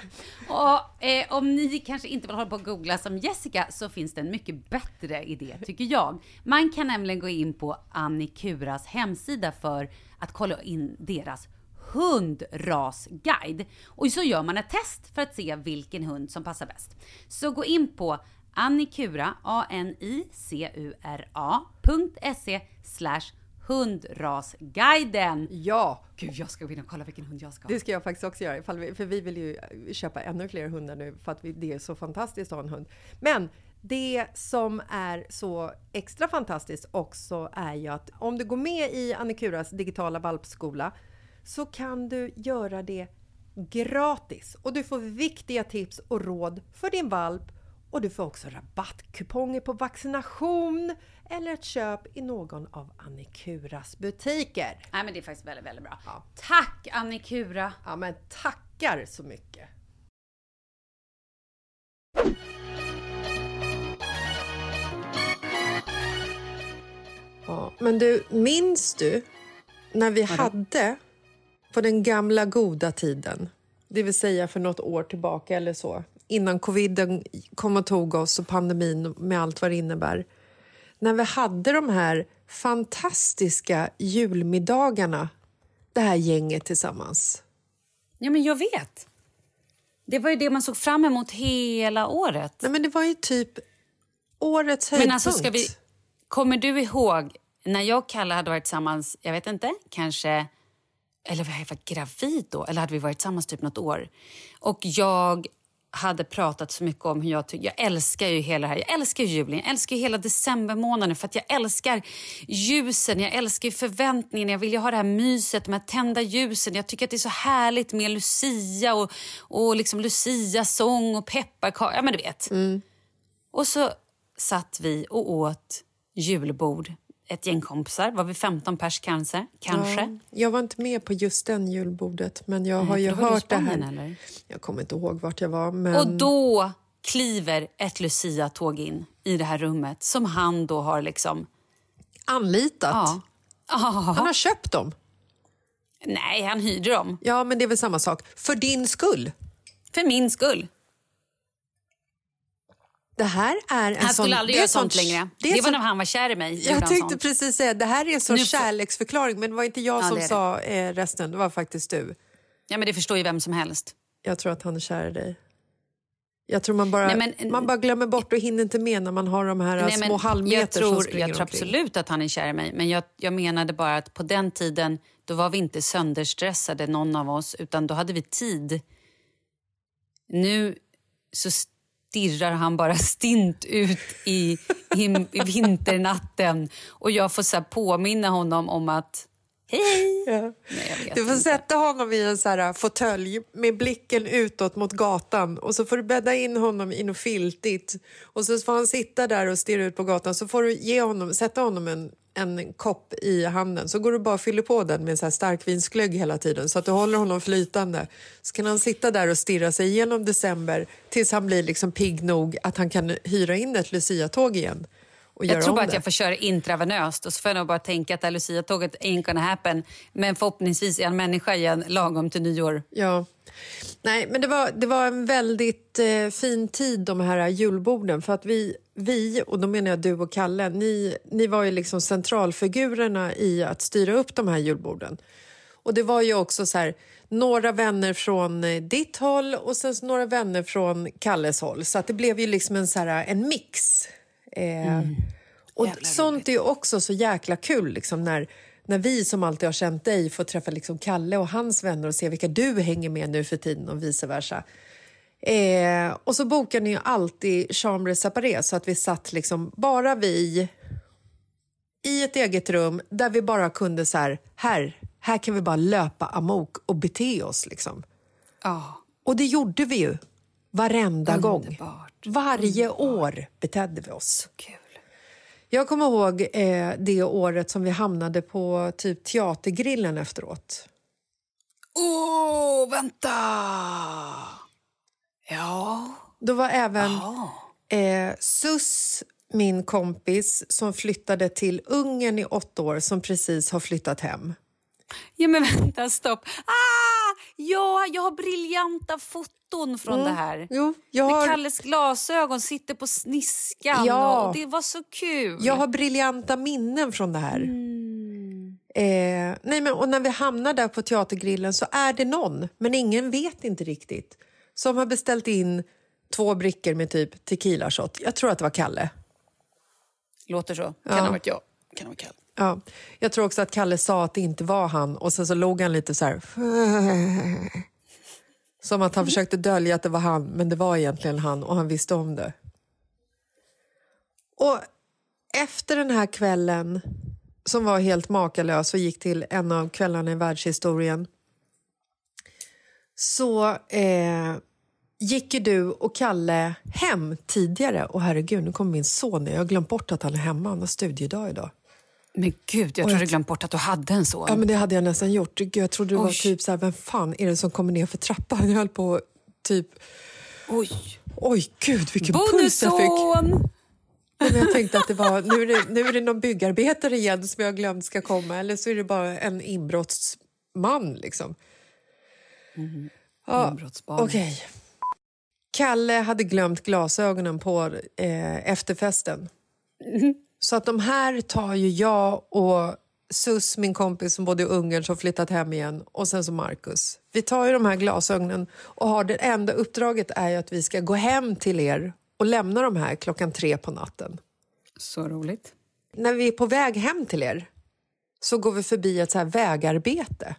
Och eh, om ni kanske inte vill hålla på att googla som Jessica så finns det en mycket bättre idé tycker jag. Man kan nämligen gå in på Annikuras hemsida för att kolla in deras hundrasguide. Och så gör man ett test för att se vilken hund som passar bäst. Så gå in på Annikura, A N I C U R A punkt se slash hundrasguiden. Ja. Gud, jag ska gå in och kolla vilken hund jag ska ha. Det ska jag faktiskt också göra. För vi vill ju köpa ännu fler hundar nu. För att det är så fantastiskt att ha en hund. Men det som är så extra fantastiskt också är ju att om du går med i Annikuras digitala valpskola så kan du göra det gratis. Och du får viktiga tips och råd för din valp. Och du får också rabattkuponger på vaccination eller ett köp i någon av Annikuras butiker. Nej, men det är faktiskt väldigt, väldigt bra. Ja. Tack Annikura! Ja, men tackar så mycket. Ja, men du, minns du när vi hade på den gamla goda tiden, det vill säga för något år tillbaka eller så, innan coviden kom och tog oss och pandemin med allt vad det innebär, när vi hade de här fantastiska julmiddagarna, det här gänget tillsammans. Ja, men jag vet. Det var ju det man såg fram emot hela året. Nej, men det var ju typ årets höjdpunkt. Men alltså, ska vi... Kommer du ihåg när jag och Kalle hade varit tillsammans, jag vet inte, kanske... Eller var jag var gravid då? Eller hade vi varit tillsammans typ något år? Och jag hade pratat så mycket om hur jag tycker... Jag älskar ju hela det här. Jag älskar ju julen. Jag älskar ju hela decembermånaden för att jag älskar ljusen. Jag älskar ju förväntningen. Jag vill ju ha det här myset, de här tända ljusen. Jag tycker att det är så härligt med Lucia och, och liksom Lucia-sång och pepparkakor. Ja, men du vet. Mm. Och så satt vi och åt julbord. Ett gäng kompisar. Var vi femton pers kanske? kanske. Ja, jag var inte med på just den julbordet. Men jag Nej, har ju hört det här. Eller? Jag kommer inte ihåg vart jag var. Men... Och då kliver ett Lucia-tåg in i det här rummet. Som han då har liksom... Anlitat? Ja. Han har köpt dem? Nej, han hyrde dem. Ja, men det är väl samma sak. För din skull? För min skull. Det här är en han skulle sån, aldrig göra sånt längre. Det, det var sån, när han var kär i mig. Jag tänkte precis säga, det här är en sån nu kärleksförklaring. Men det var inte jag ja, som sa eh, resten, det var faktiskt du. Ja, men det förstår ju vem som helst. Jag tror att han är kär i dig. Jag tror man bara, nej, men, man bara glömmer bort och hinner inte med när man har de här nej, små halvmeter jag tror, som springer Jag tror omkring. absolut att han är kär i mig. Men jag, jag menade bara att på den tiden, då var vi inte sönderstressade någon av oss. Utan då hade vi tid. Nu så stirrar han bara stint ut i, i, i vinternatten. Och jag får så här påminna honom om att hej! Ja. Nej, du får inte. sätta honom i en så här fåtölj med blicken utåt mot gatan. Och så får du bädda in honom i något filtigt. Och så får han sitta där och stirra ut på gatan. Så får du ge honom, sätta honom en, en kopp i handen. Så går du bara och fyller på den med så här starkvinsglögg hela tiden. Så att du håller honom flytande. Så kan han sitta där och stirra sig igenom december. Tills han blir liksom pigg nog att han kan hyra in ett Lucia-tåg igen. Jag tror bara att jag får köra intravenöst och så får jag nog bara tänka att det här Lucia-tåget ain't gonna happen. Men förhoppningsvis är en människa igen lagom till nyår. Ja. Nej, men det var, det var en väldigt eh, fin tid de här julborden. För att vi, vi, och då menar jag du och Kalle, ni, ni var ju liksom centralfigurerna i att styra upp de här julborden. Och det var ju också så här, några vänner från ditt håll och sen några vänner från Kalles håll. Så att det blev ju liksom en, så här, en mix. Eh, mm. Och jävla sånt roligt. Är ju också så jäkla kul liksom, när, när vi som alltid har känt dig får träffa liksom Kalle och hans vänner och se vilka du hänger med nu för tiden och vice versa. Eh, och så bokar ni ju alltid chambre séparé så att vi satt liksom bara vi i ett eget rum där vi bara kunde så här, här, här kan vi bara löpa amok och bete oss liksom. Oh. Och det gjorde vi ju varenda Underbart. gång. Varje Underbart. År betedde vi oss. Kul. Jag kommer ihåg eh, det året som vi hamnade på typ teatergrillen efteråt. Åh, oh, vänta! Ja. Då var även eh, Sus, min kompis, som flyttade till Ungern i åtta år, som precis har flyttat hem. Ja, men vänta, stopp. Ah, ja, jag har briljanta foton från mm. det här. Jo, jag har... Med Kalles glasögon sitter på sniskan. Ja. Och det var så kul. Jag har briljanta minnen från det här. Mm. Eh, nej, men, och när vi hamnar där på teatergrillen så är det någon, men ingen vet inte riktigt, som har beställt in två brickor med typ tequila shot. Jag tror att det var Kalle. Låter så. Kan ja. ha varit jag. Kan ha varit Kalle. Ja, jag tror också att Kalle sa att det inte var han. Och sen så låg han lite så här. Som att han försökte dölja att det var han. Men det var egentligen han och han visste om det. Och efter den här kvällen, som var helt makalös och gick till en av kvällarna i världshistorien, så eh, gick ju du och Kalle hem tidigare. Och herregud, nu kommer min son. Jag har glömt bort att han är hemma. Han har studiedag idag. Men gud, jag trodde glömt bort att du hade en son. Ja, men det hade jag nästan gjort. Gud, jag trodde det Oj. var typ så här, vem fan är det som kommer ner för trappan? Jag höll på typ... Oj. Oj, gud, vilken puls jag fick. Bonusson! Men jag tänkte att det var, nu är det, nu är det någon byggarbetare igen som jag glömt ska komma. Eller så är det bara en inbrottsman liksom. Mm. Ja, okej. Okay. Kalle hade glömt glasögonen på eh, efterfesten. Mm. Så att de här tar ju jag och Sus, min kompis som bodde i Ungern som flyttat hem igen. Och sen så Marcus. Vi tar ju de här glasögonen och har det enda uppdraget är ju att vi ska gå hem till er och lämna de här klockan tre på natten. Så roligt. När vi är på väg hem till er så går vi förbi ett så här vägarbete.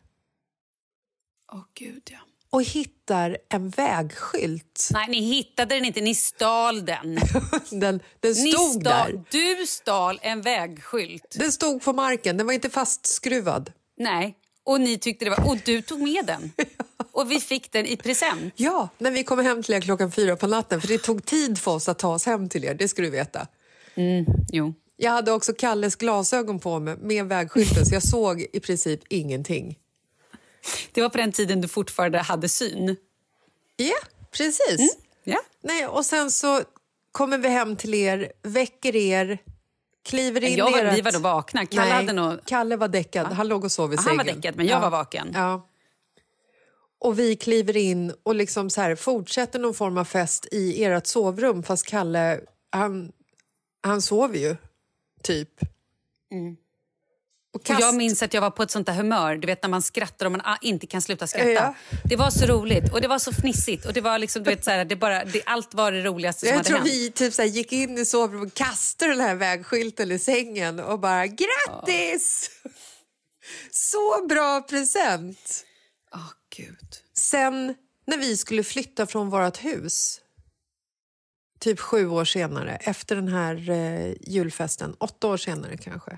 Åh oh, gud, ja. Och hittar en vägskylt. Nej, ni hittade den inte, ni stal den. den, den stod ni stal, där. Du stal en vägskylt. Den stod på marken, den var inte fastskruvad. Nej, och ni tyckte det var... Och du tog med den. Och vi fick den i present. Ja, när vi kom hem till er klockan fyra på natten. För det tog tid för oss att ta oss hem till er, det ska du veta. Mm, jo. Jag hade också Kalles glasögon på mig med vägskylten så jag såg i princip ingenting. Det var på den tiden du fortfarande hade syn. Ja, precis. Mm, ja. Nej, och sen så kommer vi hem till er, väcker er, kliver in jag var, i ert... Vi var då vakna. Kalle, Nej, hade nog... Kalle var däckad. Han låg och sov i ja, sängen. Han var däckad, men jag ja. var vaken. Ja. Och vi kliver in och liksom så här, fortsätter någon form av fest i ert sovrum. Fast Kalle, han, han sover ju, typ. Mm. Och, kast... och jag minns att jag var på ett sånt där humör. Du vet när man skrattar och man inte kan sluta skratta. Ja. Det var så roligt och det var så fnissigt. Och det var liksom, du vet, så här, det bara, det, allt var det roligaste som jag hade tror hänt. Vi typ så här, gick in i sovrummet och kastade den här vägskylten i sängen. Och bara, grattis! Ja. Så bra present! Åh, oh, gud. Sen när vi skulle flytta från vårt hus, typ sju år senare, efter den här eh, julfesten, åtta år senare kanske,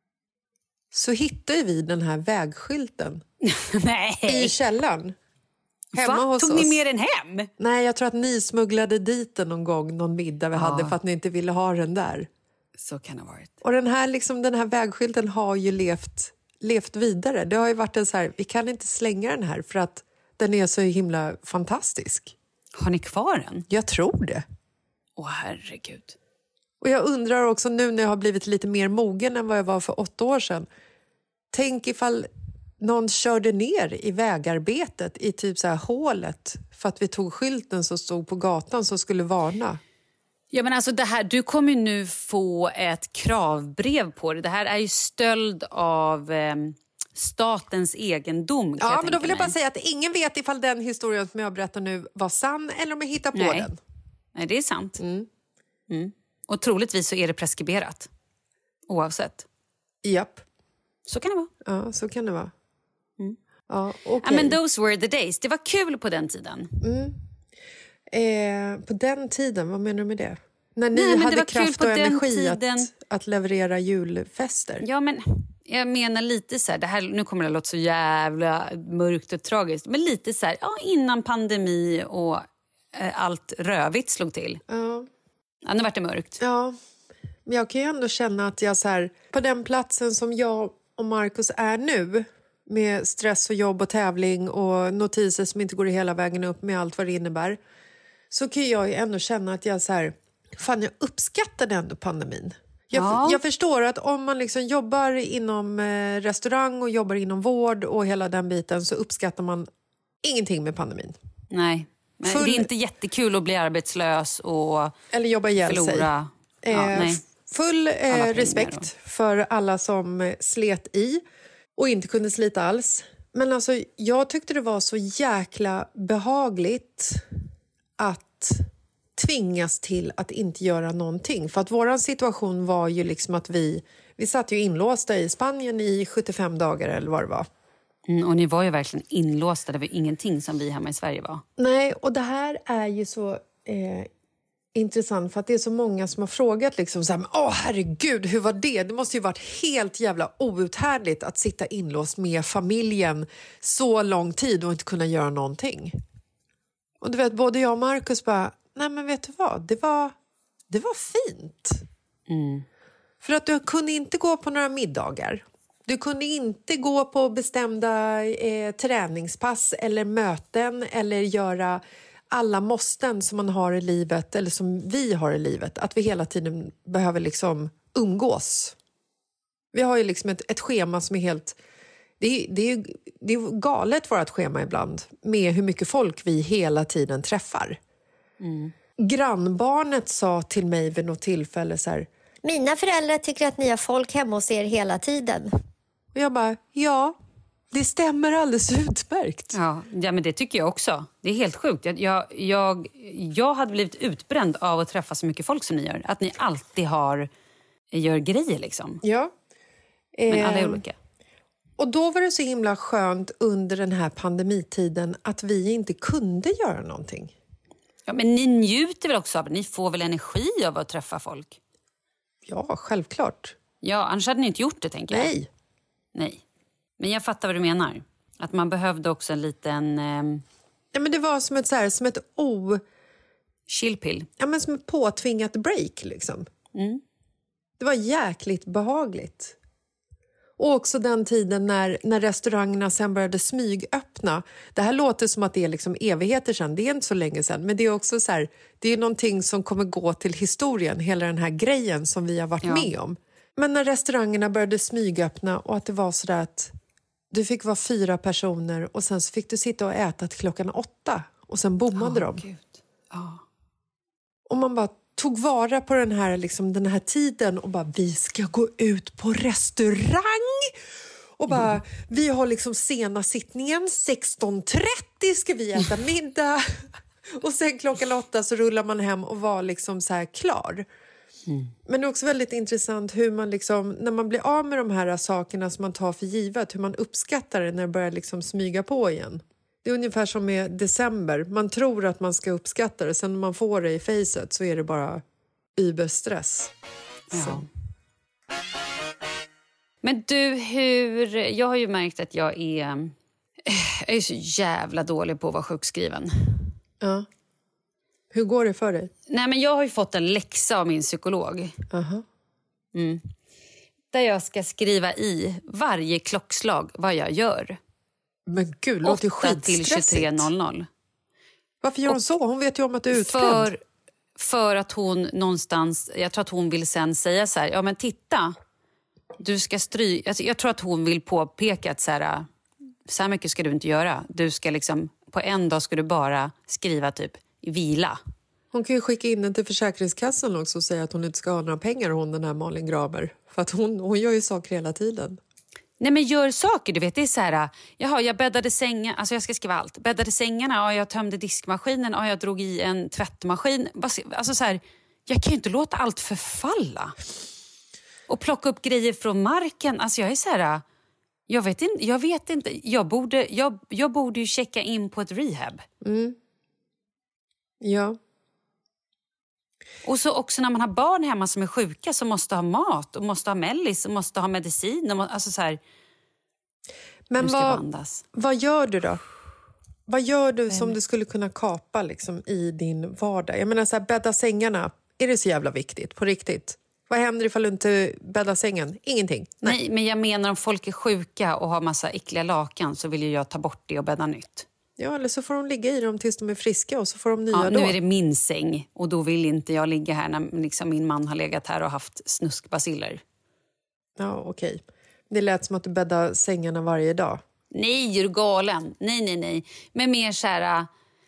så hittade vi den här vägskylten Nej. i källaren. Hemma Va? hos Tog oss. ni med den hem? Nej, jag tror att ni smugglade dit den någon gång, någon middag vi Ja. hade för att ni inte ville ha den där. Så kan det ha varit. Och den här, liksom, den här vägskylten har ju levt, levt vidare. Det har ju varit en så här, vi kan inte slänga den här för att den är så himla fantastisk. Har ni kvar den? Jag tror det. Åh, herregud. Och jag undrar också nu när jag har blivit lite mer mogen än vad jag var för åtta år sedan. Tänk ifall någon körde ner i vägarbetet i typ så här hålet för att vi tog skylten som stod på gatan som skulle varna. Ja, men alltså det här, du kommer ju nu få ett kravbrev på det. Det här är ju stöld av eh, statens egendom. Ja, jag men då vill jag mig. bara säga att ingen vet ifall den historien som jag berättar nu var sann eller om jag hittar på Nej. den. Nej, det är sant. Mm. Mm. Och troligtvis så är det preskriberat. Oavsett. Japp. Så kan det vara. Ja, så kan det vara. Mm. Ja, okay. okay. Men those were the days. Det var kul på den tiden. Mm. Eh, på den tiden, vad menar du med det? När ni Nej, hade kraft och energi att, tiden... att leverera julfester. Ja, men jag menar lite så här, det här, nu kommer det att låta så jävla mörkt och tragiskt, men lite så här, ja, innan pandemi och eh, allt rövigt slog till. Ja. Ja, nu vart det mörkt. Ja, men jag kan ju ändå känna att jag så här, på den platsen som jag och Marcus är nu, med stress och jobb och tävling och notiser som inte går hela vägen upp med allt vad det innebär, så kan jag ju ändå känna att jag så här, fan, jag uppskattade ändå pandemin. Jag, ja. jag förstår att om man liksom jobbar inom eh, restaurang och jobbar inom vård och hela den biten, så uppskattar man ingenting med pandemin. Nej, men Full... det är inte jättekul att bli arbetslös och eller jobba ihjäl förlora. sig. Ja, eh, nej. Full eh, respekt och... för alla som eh, slet i och inte kunde slita alls. Men alltså, jag tyckte det var så jäkla behagligt att tvingas till att inte göra någonting. För att vår situation var ju liksom att vi, vi satt ju inlåsta i Spanien i sjuttiofem dagar eller vad det var. Mm, och ni var ju verkligen inlåsta, det var ingenting som vi hemma i Sverige var. Nej, och det här är ju så eh, intressant för att det är så många som har frågat liksom så här, åh herregud, hur var det? Det måste ju varit helt jävla outhärdligt att sitta inlåst med familjen så lång tid och inte kunna göra någonting. Och du vet, både jag och Marcus bara, nej men vet du vad, det var, det var fint. Mm. För att du kunde inte gå på några middagar. Du kunde inte gå på bestämda eh, träningspass eller möten eller göra alla måsten som man har i livet, eller som vi har i livet, att vi hela tiden behöver liksom umgås. Vi har ju liksom ett, ett schema som är helt... Det är, det, är, det är galet vårt schema ibland med hur mycket folk vi hela tiden träffar. Mm. Grannbarnet sa till mig vid något tillfälle så här... Mina föräldrar tycker att ni har folk hemma hos er hela tiden. Och jag bara, ja, det stämmer alldeles utmärkt. Ja, ja, men det tycker jag också. Det är helt sjukt. Jag, jag, jag, jag hade blivit utbränd av att träffa så mycket folk som ni gör. Att ni alltid har, gör grejer liksom. Ja. Men alla är Eh, olika. Och då var det så himla skönt under den här pandemitiden att vi inte kunde göra någonting. Ja, men ni njuter väl också av det? Ni får väl energi av att träffa folk? Ja, självklart. Ja, annars hade ni inte gjort det, tänker jag. Nej. Nej. Men jag fattar vad du menar. Att man behövde också en liten... Eh... Ja, men det var som ett, så här, som ett o... Chillpill. Ja, men som ett påtvingat break, liksom. Mm. Det var jäkligt behagligt. Och också den tiden när, när restaurangerna sen började smygöppna. Det här låter som att det är liksom evigheter sedan. Det är inte så länge sedan. Men det är också så här, det är någonting som kommer gå till historien. Hela den här grejen som vi har varit Ja. med om. Men när restaurangerna började smygöppna och att det var så där att du fick vara fyra personer och sen så fick du sitta och äta till klockan åtta. Och sen bommade Oh, de. Gud. Oh. Och man bara tog vara på den här, liksom, den här tiden och bara, vi ska gå ut på restaurang. Och bara, mm. vi har liksom sena sittningen, sexton trettio ska vi äta middag. Och sen klockan åtta så rullar man hem och var liksom så här klar. Mm. Men det är också väldigt intressant hur man liksom, när man blir av med de här sakerna som man tar för givet, hur man uppskattar det när det börjar liksom smyga på igen. Det är ungefär som med december. Man tror att man ska uppskatta det. Sen när man får det i facet så är det bara überstress. Ja. Men du, hur... Jag har ju märkt att jag är... Jag är så jävla dålig på att vara sjukskriven. Ja. Hur går det för dig? Nej, men jag har ju fått en läxa av min psykolog. Uh-huh. Mm. Där jag ska skriva i varje klockslag vad jag gör. Men gud, låter ju skitstressigt. till tjugotre noll noll. Varför gör hon så? Hon vet ju om att du är utbränd. För, för att hon någonstans... Jag tror att hon vill sen säga så här... Ja, men titta. Du ska stry... Alltså, jag tror att hon vill påpeka att så här... Så här mycket ska du inte göra. Du ska liksom... På en dag ska du bara skriva typ vila. Hon kan ju skicka in den till Försäkringskassan också och säga att hon inte ska ha några pengar, hon den här Malin Graber. För att hon, hon gör ju saker hela tiden. Nej, men gör saker, du vet, det är så här, jaha, jag bäddade sängen, alltså jag ska skriva allt. Bäddade sängarna, ja, jag tömde diskmaskinen, ja, jag drog i en tvättmaskin. Alltså så här, jag kan ju inte låta allt förfalla. Och plocka upp grejer från marken, alltså jag är så här, jag vet inte, jag vet inte, jag borde, jag, jag borde ju checka in på ett rehab. Mm. Ja. Och så också när man har barn hemma som är sjuka, som måste ha mat och måste ha mellis och måste ha medicin. Och må, alltså så här, men vad, vad gör du då? Vad gör du som du skulle kunna kapa liksom, i din vardag? Jag menar så här, bädda sängarna, är det så jävla viktigt på riktigt? Vad händer ifall du inte bäddar sängen? Ingenting. Nej. Nej, men jag menar om folk är sjuka och har massa äckliga lakan så vill ju jag ta bort det och bädda nytt. Ja, eller så får de ligga i dem tills de är friska och så får de nya ja, då. Nu är det min säng och då vill inte jag ligga här när liksom min man har legat här och haft snuskbaciller. Ja, okej. Okay. Det lät som att du bäddar sängarna varje dag. Nej, är du galen? Nej, nej, nej. Men mer så här...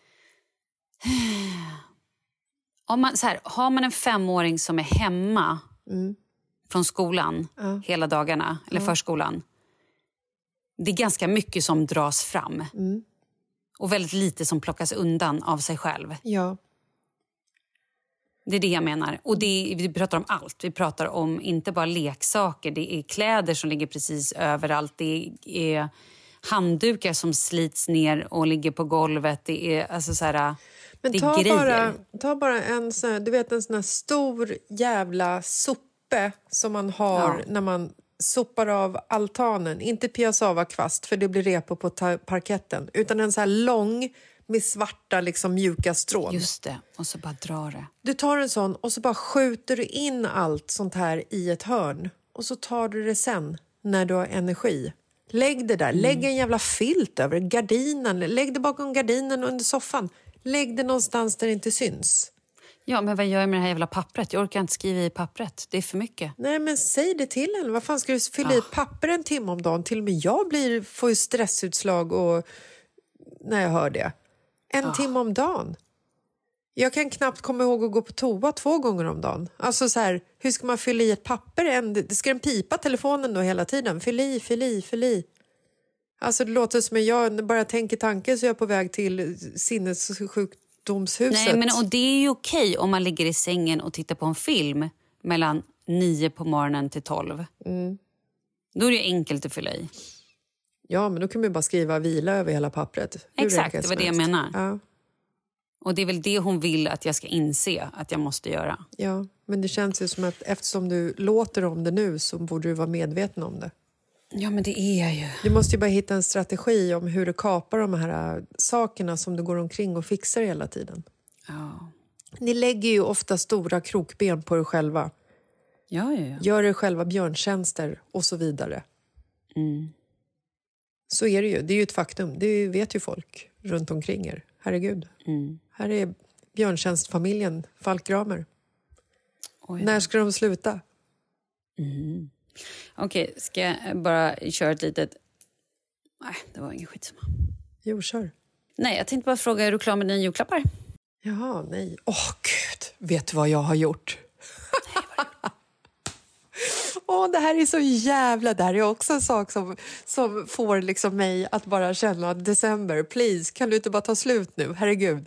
Om man, så här, har man en femåring som är hemma mm. från skolan ja. hela dagarna, eller ja. förskolan. Det är ganska mycket som dras fram. Mm. Och väldigt lite som plockas undan av sig själv. Ja. Det är det jag menar. Och det, vi pratar om allt. Vi pratar om inte bara leksaker. Det är kläder som ligger precis överallt. Det är handdukar som slits ner och ligger på golvet. Det är alltså så här... Men det ta, är grejer. bara, ta bara en sån, du vet, en sån här stor jävla soppe som man har ja. när man sopar av altanen. Inte piassava-kvast för det blir repo på ta- parketten. Utan en så här lång med svarta liksom, mjuka strån. Just det, och så bara drar det. Du tar en sån och så bara skjuter du in allt sånt här i ett hörn. Och så tar du det sen när du har energi. Lägg det där, mm. lägg en jävla filt över gardinen. Lägg det bakom gardinen under soffan. Lägg det någonstans där det inte syns. Ja, men vad gör jag med det här jävla pappret? Jag orkar inte skriva i pappret. Det är för mycket. Nej, men säg det till henne. Vad fan ska du fylla ah. i papper en timme om dagen? Till och med jag blir, får ju stressutslag och, när jag hör det. En ah. timme om dagen. Jag kan knappt komma ihåg att gå på toa två gånger om dagen. Alltså så här, hur ska man fylla i ett papper? En, ska den pipa telefonen då hela tiden? Fyll i, fyll i, fyll i. Alltså det låter som att jag bara tänker tanken så jag är på väg till sinnessjukdomshuset. Nej, men och det är ju okej om man ligger i sängen och tittar på en film mellan nio på morgonen till tolv. Mm. Då är det enkelt att fylla i. Ja, men då kan man ju bara skriva vila över hela pappret. Exakt, det var det jag menar. Ja. Och det är väl det hon vill att jag ska inse att jag måste göra. Ja, men det känns ju som att eftersom du låter om det nu så borde du vara medveten om det. Ja, men det är jag ju. Du måste ju bara hitta en strategi om hur du kapar de här sakerna som du går omkring och fixar hela tiden. Ja. Ni lägger ju ofta stora krokben på er själva. Ja, ja, ja. Gör er själva björntjänster och så vidare. Mm. Så är det ju. Det är ju ett faktum. Det vet ju folk runt omkring er. Herregud. Mm. Här är björntjänstfamiljen Falkramer. När ska de sluta? Mm. Okej, okay, ska jag bara köra ett litet... Nej, det var ingen skitsamma. Jo, kör. Nej, jag tänkte bara fråga, är du klar med dina julklappar? Jaha, nej. Åh, oh, gud. Vet du vad jag har gjort? Åh, oh, det här är så jävla... Det här är också en sak som, som får liksom mig att bara känna att december, please, kan du inte bara ta slut nu? Herregud.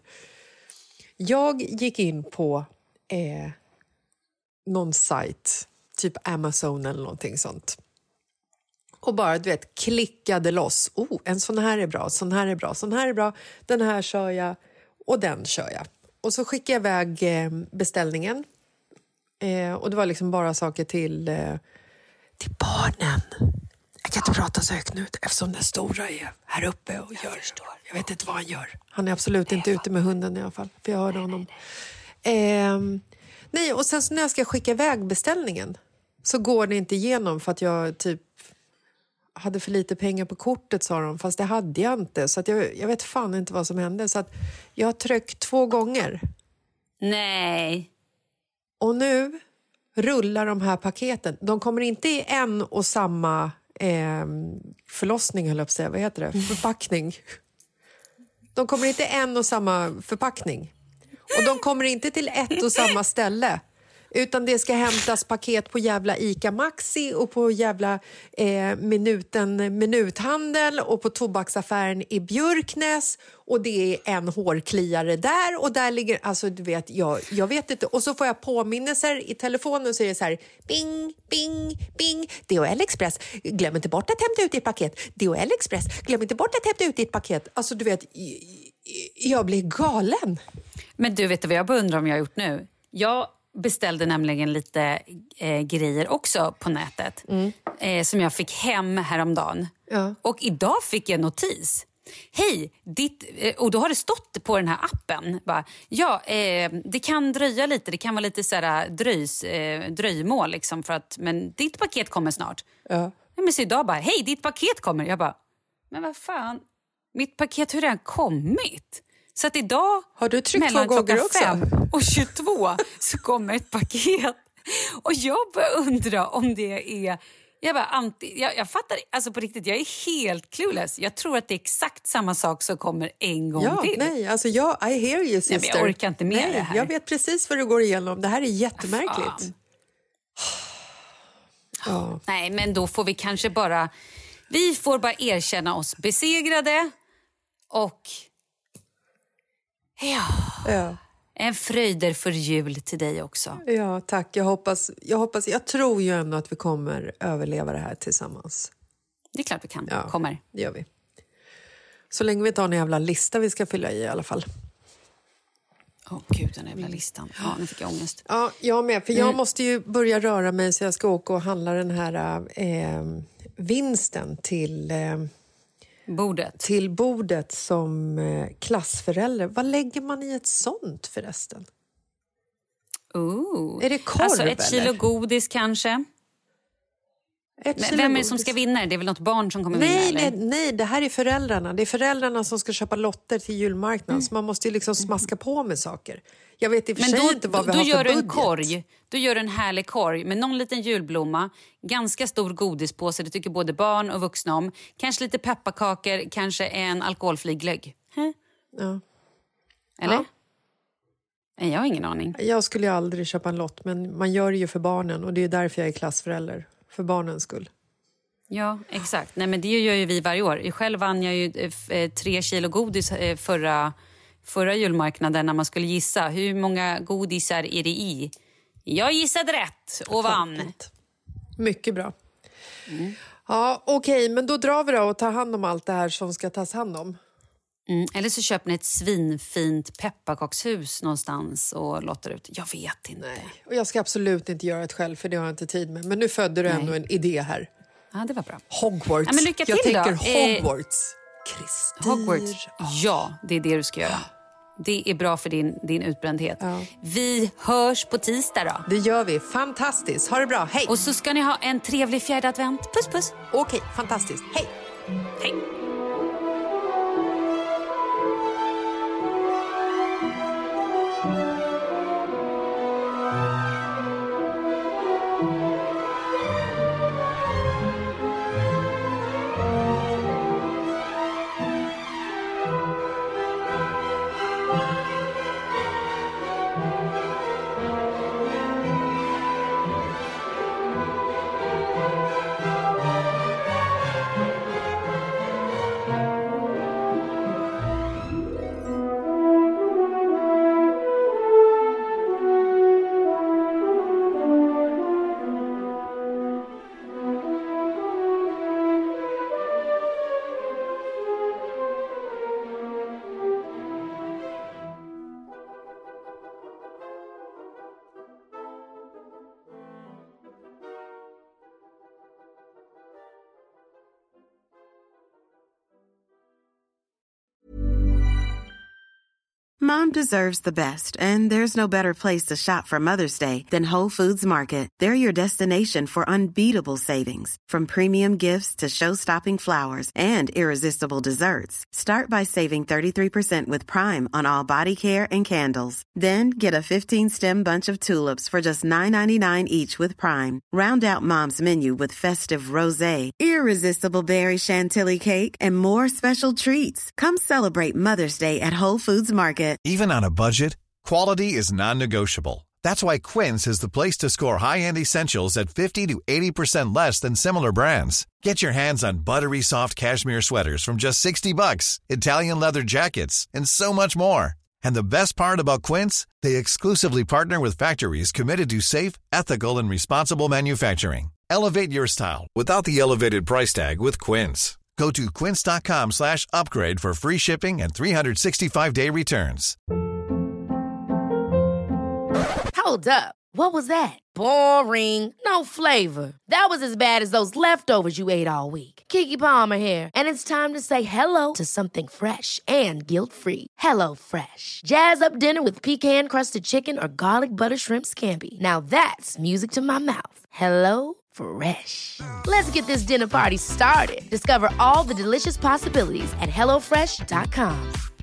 Jag gick in på eh, någon sajt, typ Amazon eller någonting sånt. Och bara, du vet, klickade loss. Oh, en sån här är bra, sån här är bra, sån här är bra. Den här kör jag och den kör jag. Och så skickade jag iväg eh, beställningen. Eh, och det var liksom bara saker till, eh, till barnen. Jag kan inte prata så högt nu eftersom den stora är här uppe och gör. Jag vet inte vad han gör. Han är absolut inte ute med hunden i alla fall. För jag hörde honom. Eh, nej, och sen så när jag ska skicka iväg beställningen så går det inte igenom för att jag typ hade för lite pengar på kortet, sa de. Fast det hade jag inte. Så att jag, jag vet fan inte vad som hände. Så att jag har tryckt två gånger. Nej. Och nu rullar de här paketen. De kommer inte i en och samma eh, förlossning, höll jag på att säga. Vad heter det? Förpackning. De kommer inte en och samma förpackning. Och de kommer inte till ett och samma ställe. Utan det ska hämtas paket på jävla Ica Maxi och på jävla eh, minuten minuthandel och på tobaksaffären i Björknäs. Och det är en hårkliare där och där ligger, alltså du vet, jag, jag vet inte. Och så får jag påminnelser i telefonen och så är det så här, bing, bing, bing. D H L Express, glöm inte bort att hämta ut ditt paket. D H L Express, glöm inte bort att hämta ut ditt paket. Alltså du vet, jag blir galen. Men du, vet vad jag beundrar om jag har gjort nu? Jag beställde nämligen lite eh, grejer också på nätet mm. eh, som jag fick hem häromdagen. Ja. Och idag fick jag notis. Hej, ditt, eh, och då har det stått på den här appen. Bara, ja, eh, det kan dröja lite. Det kan vara lite så här dröjs, eh, dröjmål liksom för att, men ditt paket kommer snart. Ja. Men så idag bara, hej, ditt paket kommer. Jag bara, men vad fan, mitt paket har redan kommit. Så att idag, har du tryckt mellan två gånger också? fem och tjugotvå så kommer ett paket. Och jag börjar undra om det är... Jag, bara, anti, jag, jag fattar, alltså på riktigt, jag är helt clueless. Jag tror att det är exakt samma sak som kommer en gång ja, till. Nej, alltså jag, I hear you sister. Nej, men jag orkar inte med nej, det här. Jag vet precis vad du går igenom. Det här är jättemärkligt. Oh. Nej, men då får vi kanske bara... Vi får bara erkänna oss besegrade och... Ja. ja. En fröjder för jul till dig också. Ja, tack. Jag hoppas, jag hoppas, jag tror ju ändå att vi kommer överleva det här tillsammans. Det är klart vi kan. Ja, kommer. Det gör vi. Så länge vi tar en jävla lista vi ska fylla i i alla fall. Åh oh, gud, den jävla listan. Ja, nu fick jag ångest. Ja, jag med. För jag mm. måste ju börja röra mig så jag ska åka och handla den här eh, vinsten till... Eh, Bordet. Till bordet som eh, klassförälder. Vad lägger man i ett sånt förresten? Ooh. Är det korv alltså ett eller? kilo godis kanske? Ett Men kilo vem är det godis. som ska vinna? Det är väl något barn som kommer Nej, vinna? Eller? nej, nej, det här är föräldrarna. Det är föräldrarna som ska köpa lotter till julmarknaden. Mm. Så man måste ju liksom smaska på med saker. Jag vet i och för Men sig då, inte vad vi då har gör för du en budget. korg. Då gör du en härlig korg med någon liten julblomma, ganska stor godispåse, det tycker både barn och vuxna om. Kanske lite pepparkakor, kanske en alkoholfri glögg. Huh? Ja. Eller? Ja. Nej, jag har ingen aning. Jag skulle ju aldrig köpa en lott, men man gör det ju för barnen. Och det är därför jag är klassförälder. För barnens skull. Ja, exakt. Nej, men det gör ju vi varje år. Själv vann jag ju eh, tre kilo godis eh, förra, förra julmarknaden när man skulle gissa. Hur många godisar är det i? Jag gissade rätt och vann. Fint. Mycket bra. Mm. Ja, okej, okay, men då drar vi då och tar hand om allt det här som ska tas hand om. Mm. Eller så köper ni ett svinfint pepparkakshus någonstans och låter ut. Jag vet inte. Nej. Och jag ska absolut inte göra det själv, för det har jag inte tid med. Men nu födde du ändå en idé här. Ja, det var bra. Hogwarts. Ja, men lycka till jag då. tänker Hogwarts. Kristin. Hogwarts. Ja, det är det du ska göra. Det är bra för din, din utbrändhet. Ja. Vi hörs på tisdag då. Det gör vi. Fantastiskt. Ha det bra. Hej. Och så ska ni ha en trevlig fjärde advent. Puss, puss. Okej, fantastiskt. Hej. Hej. Mom deserves the best, and there's no better place to shop for Mother's Day than Whole Foods Market. They're your destination for unbeatable savings, from premium gifts to show-stopping flowers and irresistible desserts. Start by saving thirty-three percent with Prime on all body care and candles. Then get a fifteen-stem bunch of tulips for just nine ninety-nine each with Prime. Round out Mom's menu with festive rosé, irresistible berry chantilly cake, and more special treats. Come celebrate Mother's Day at Whole Foods Market. Even on a budget, quality is non-negotiable. That's why Quince is the place to score high-end essentials at fifty to eighty percent less than similar brands. Get your hands on buttery soft cashmere sweaters from just sixty bucks, Italian leather jackets, and so much more. And the best part about Quince, they exclusively partner with factories committed to safe, ethical, and responsible manufacturing. Elevate your style without the elevated price tag with Quince. Go to quince.com slash upgrade for free shipping and three sixty-five day returns. Hold up. What was that? Boring. No flavor. That was as bad as those leftovers you ate all week. Keke Palmer here, and it's time to say hello to something fresh and guilt-free. Hello Fresh. Jazz up dinner with pecan-crusted chicken or garlic butter shrimp scampi. Now that's music to my mouth. Hello Fresh. Let's get this dinner party started. Discover all the delicious possibilities at hello fresh dot com.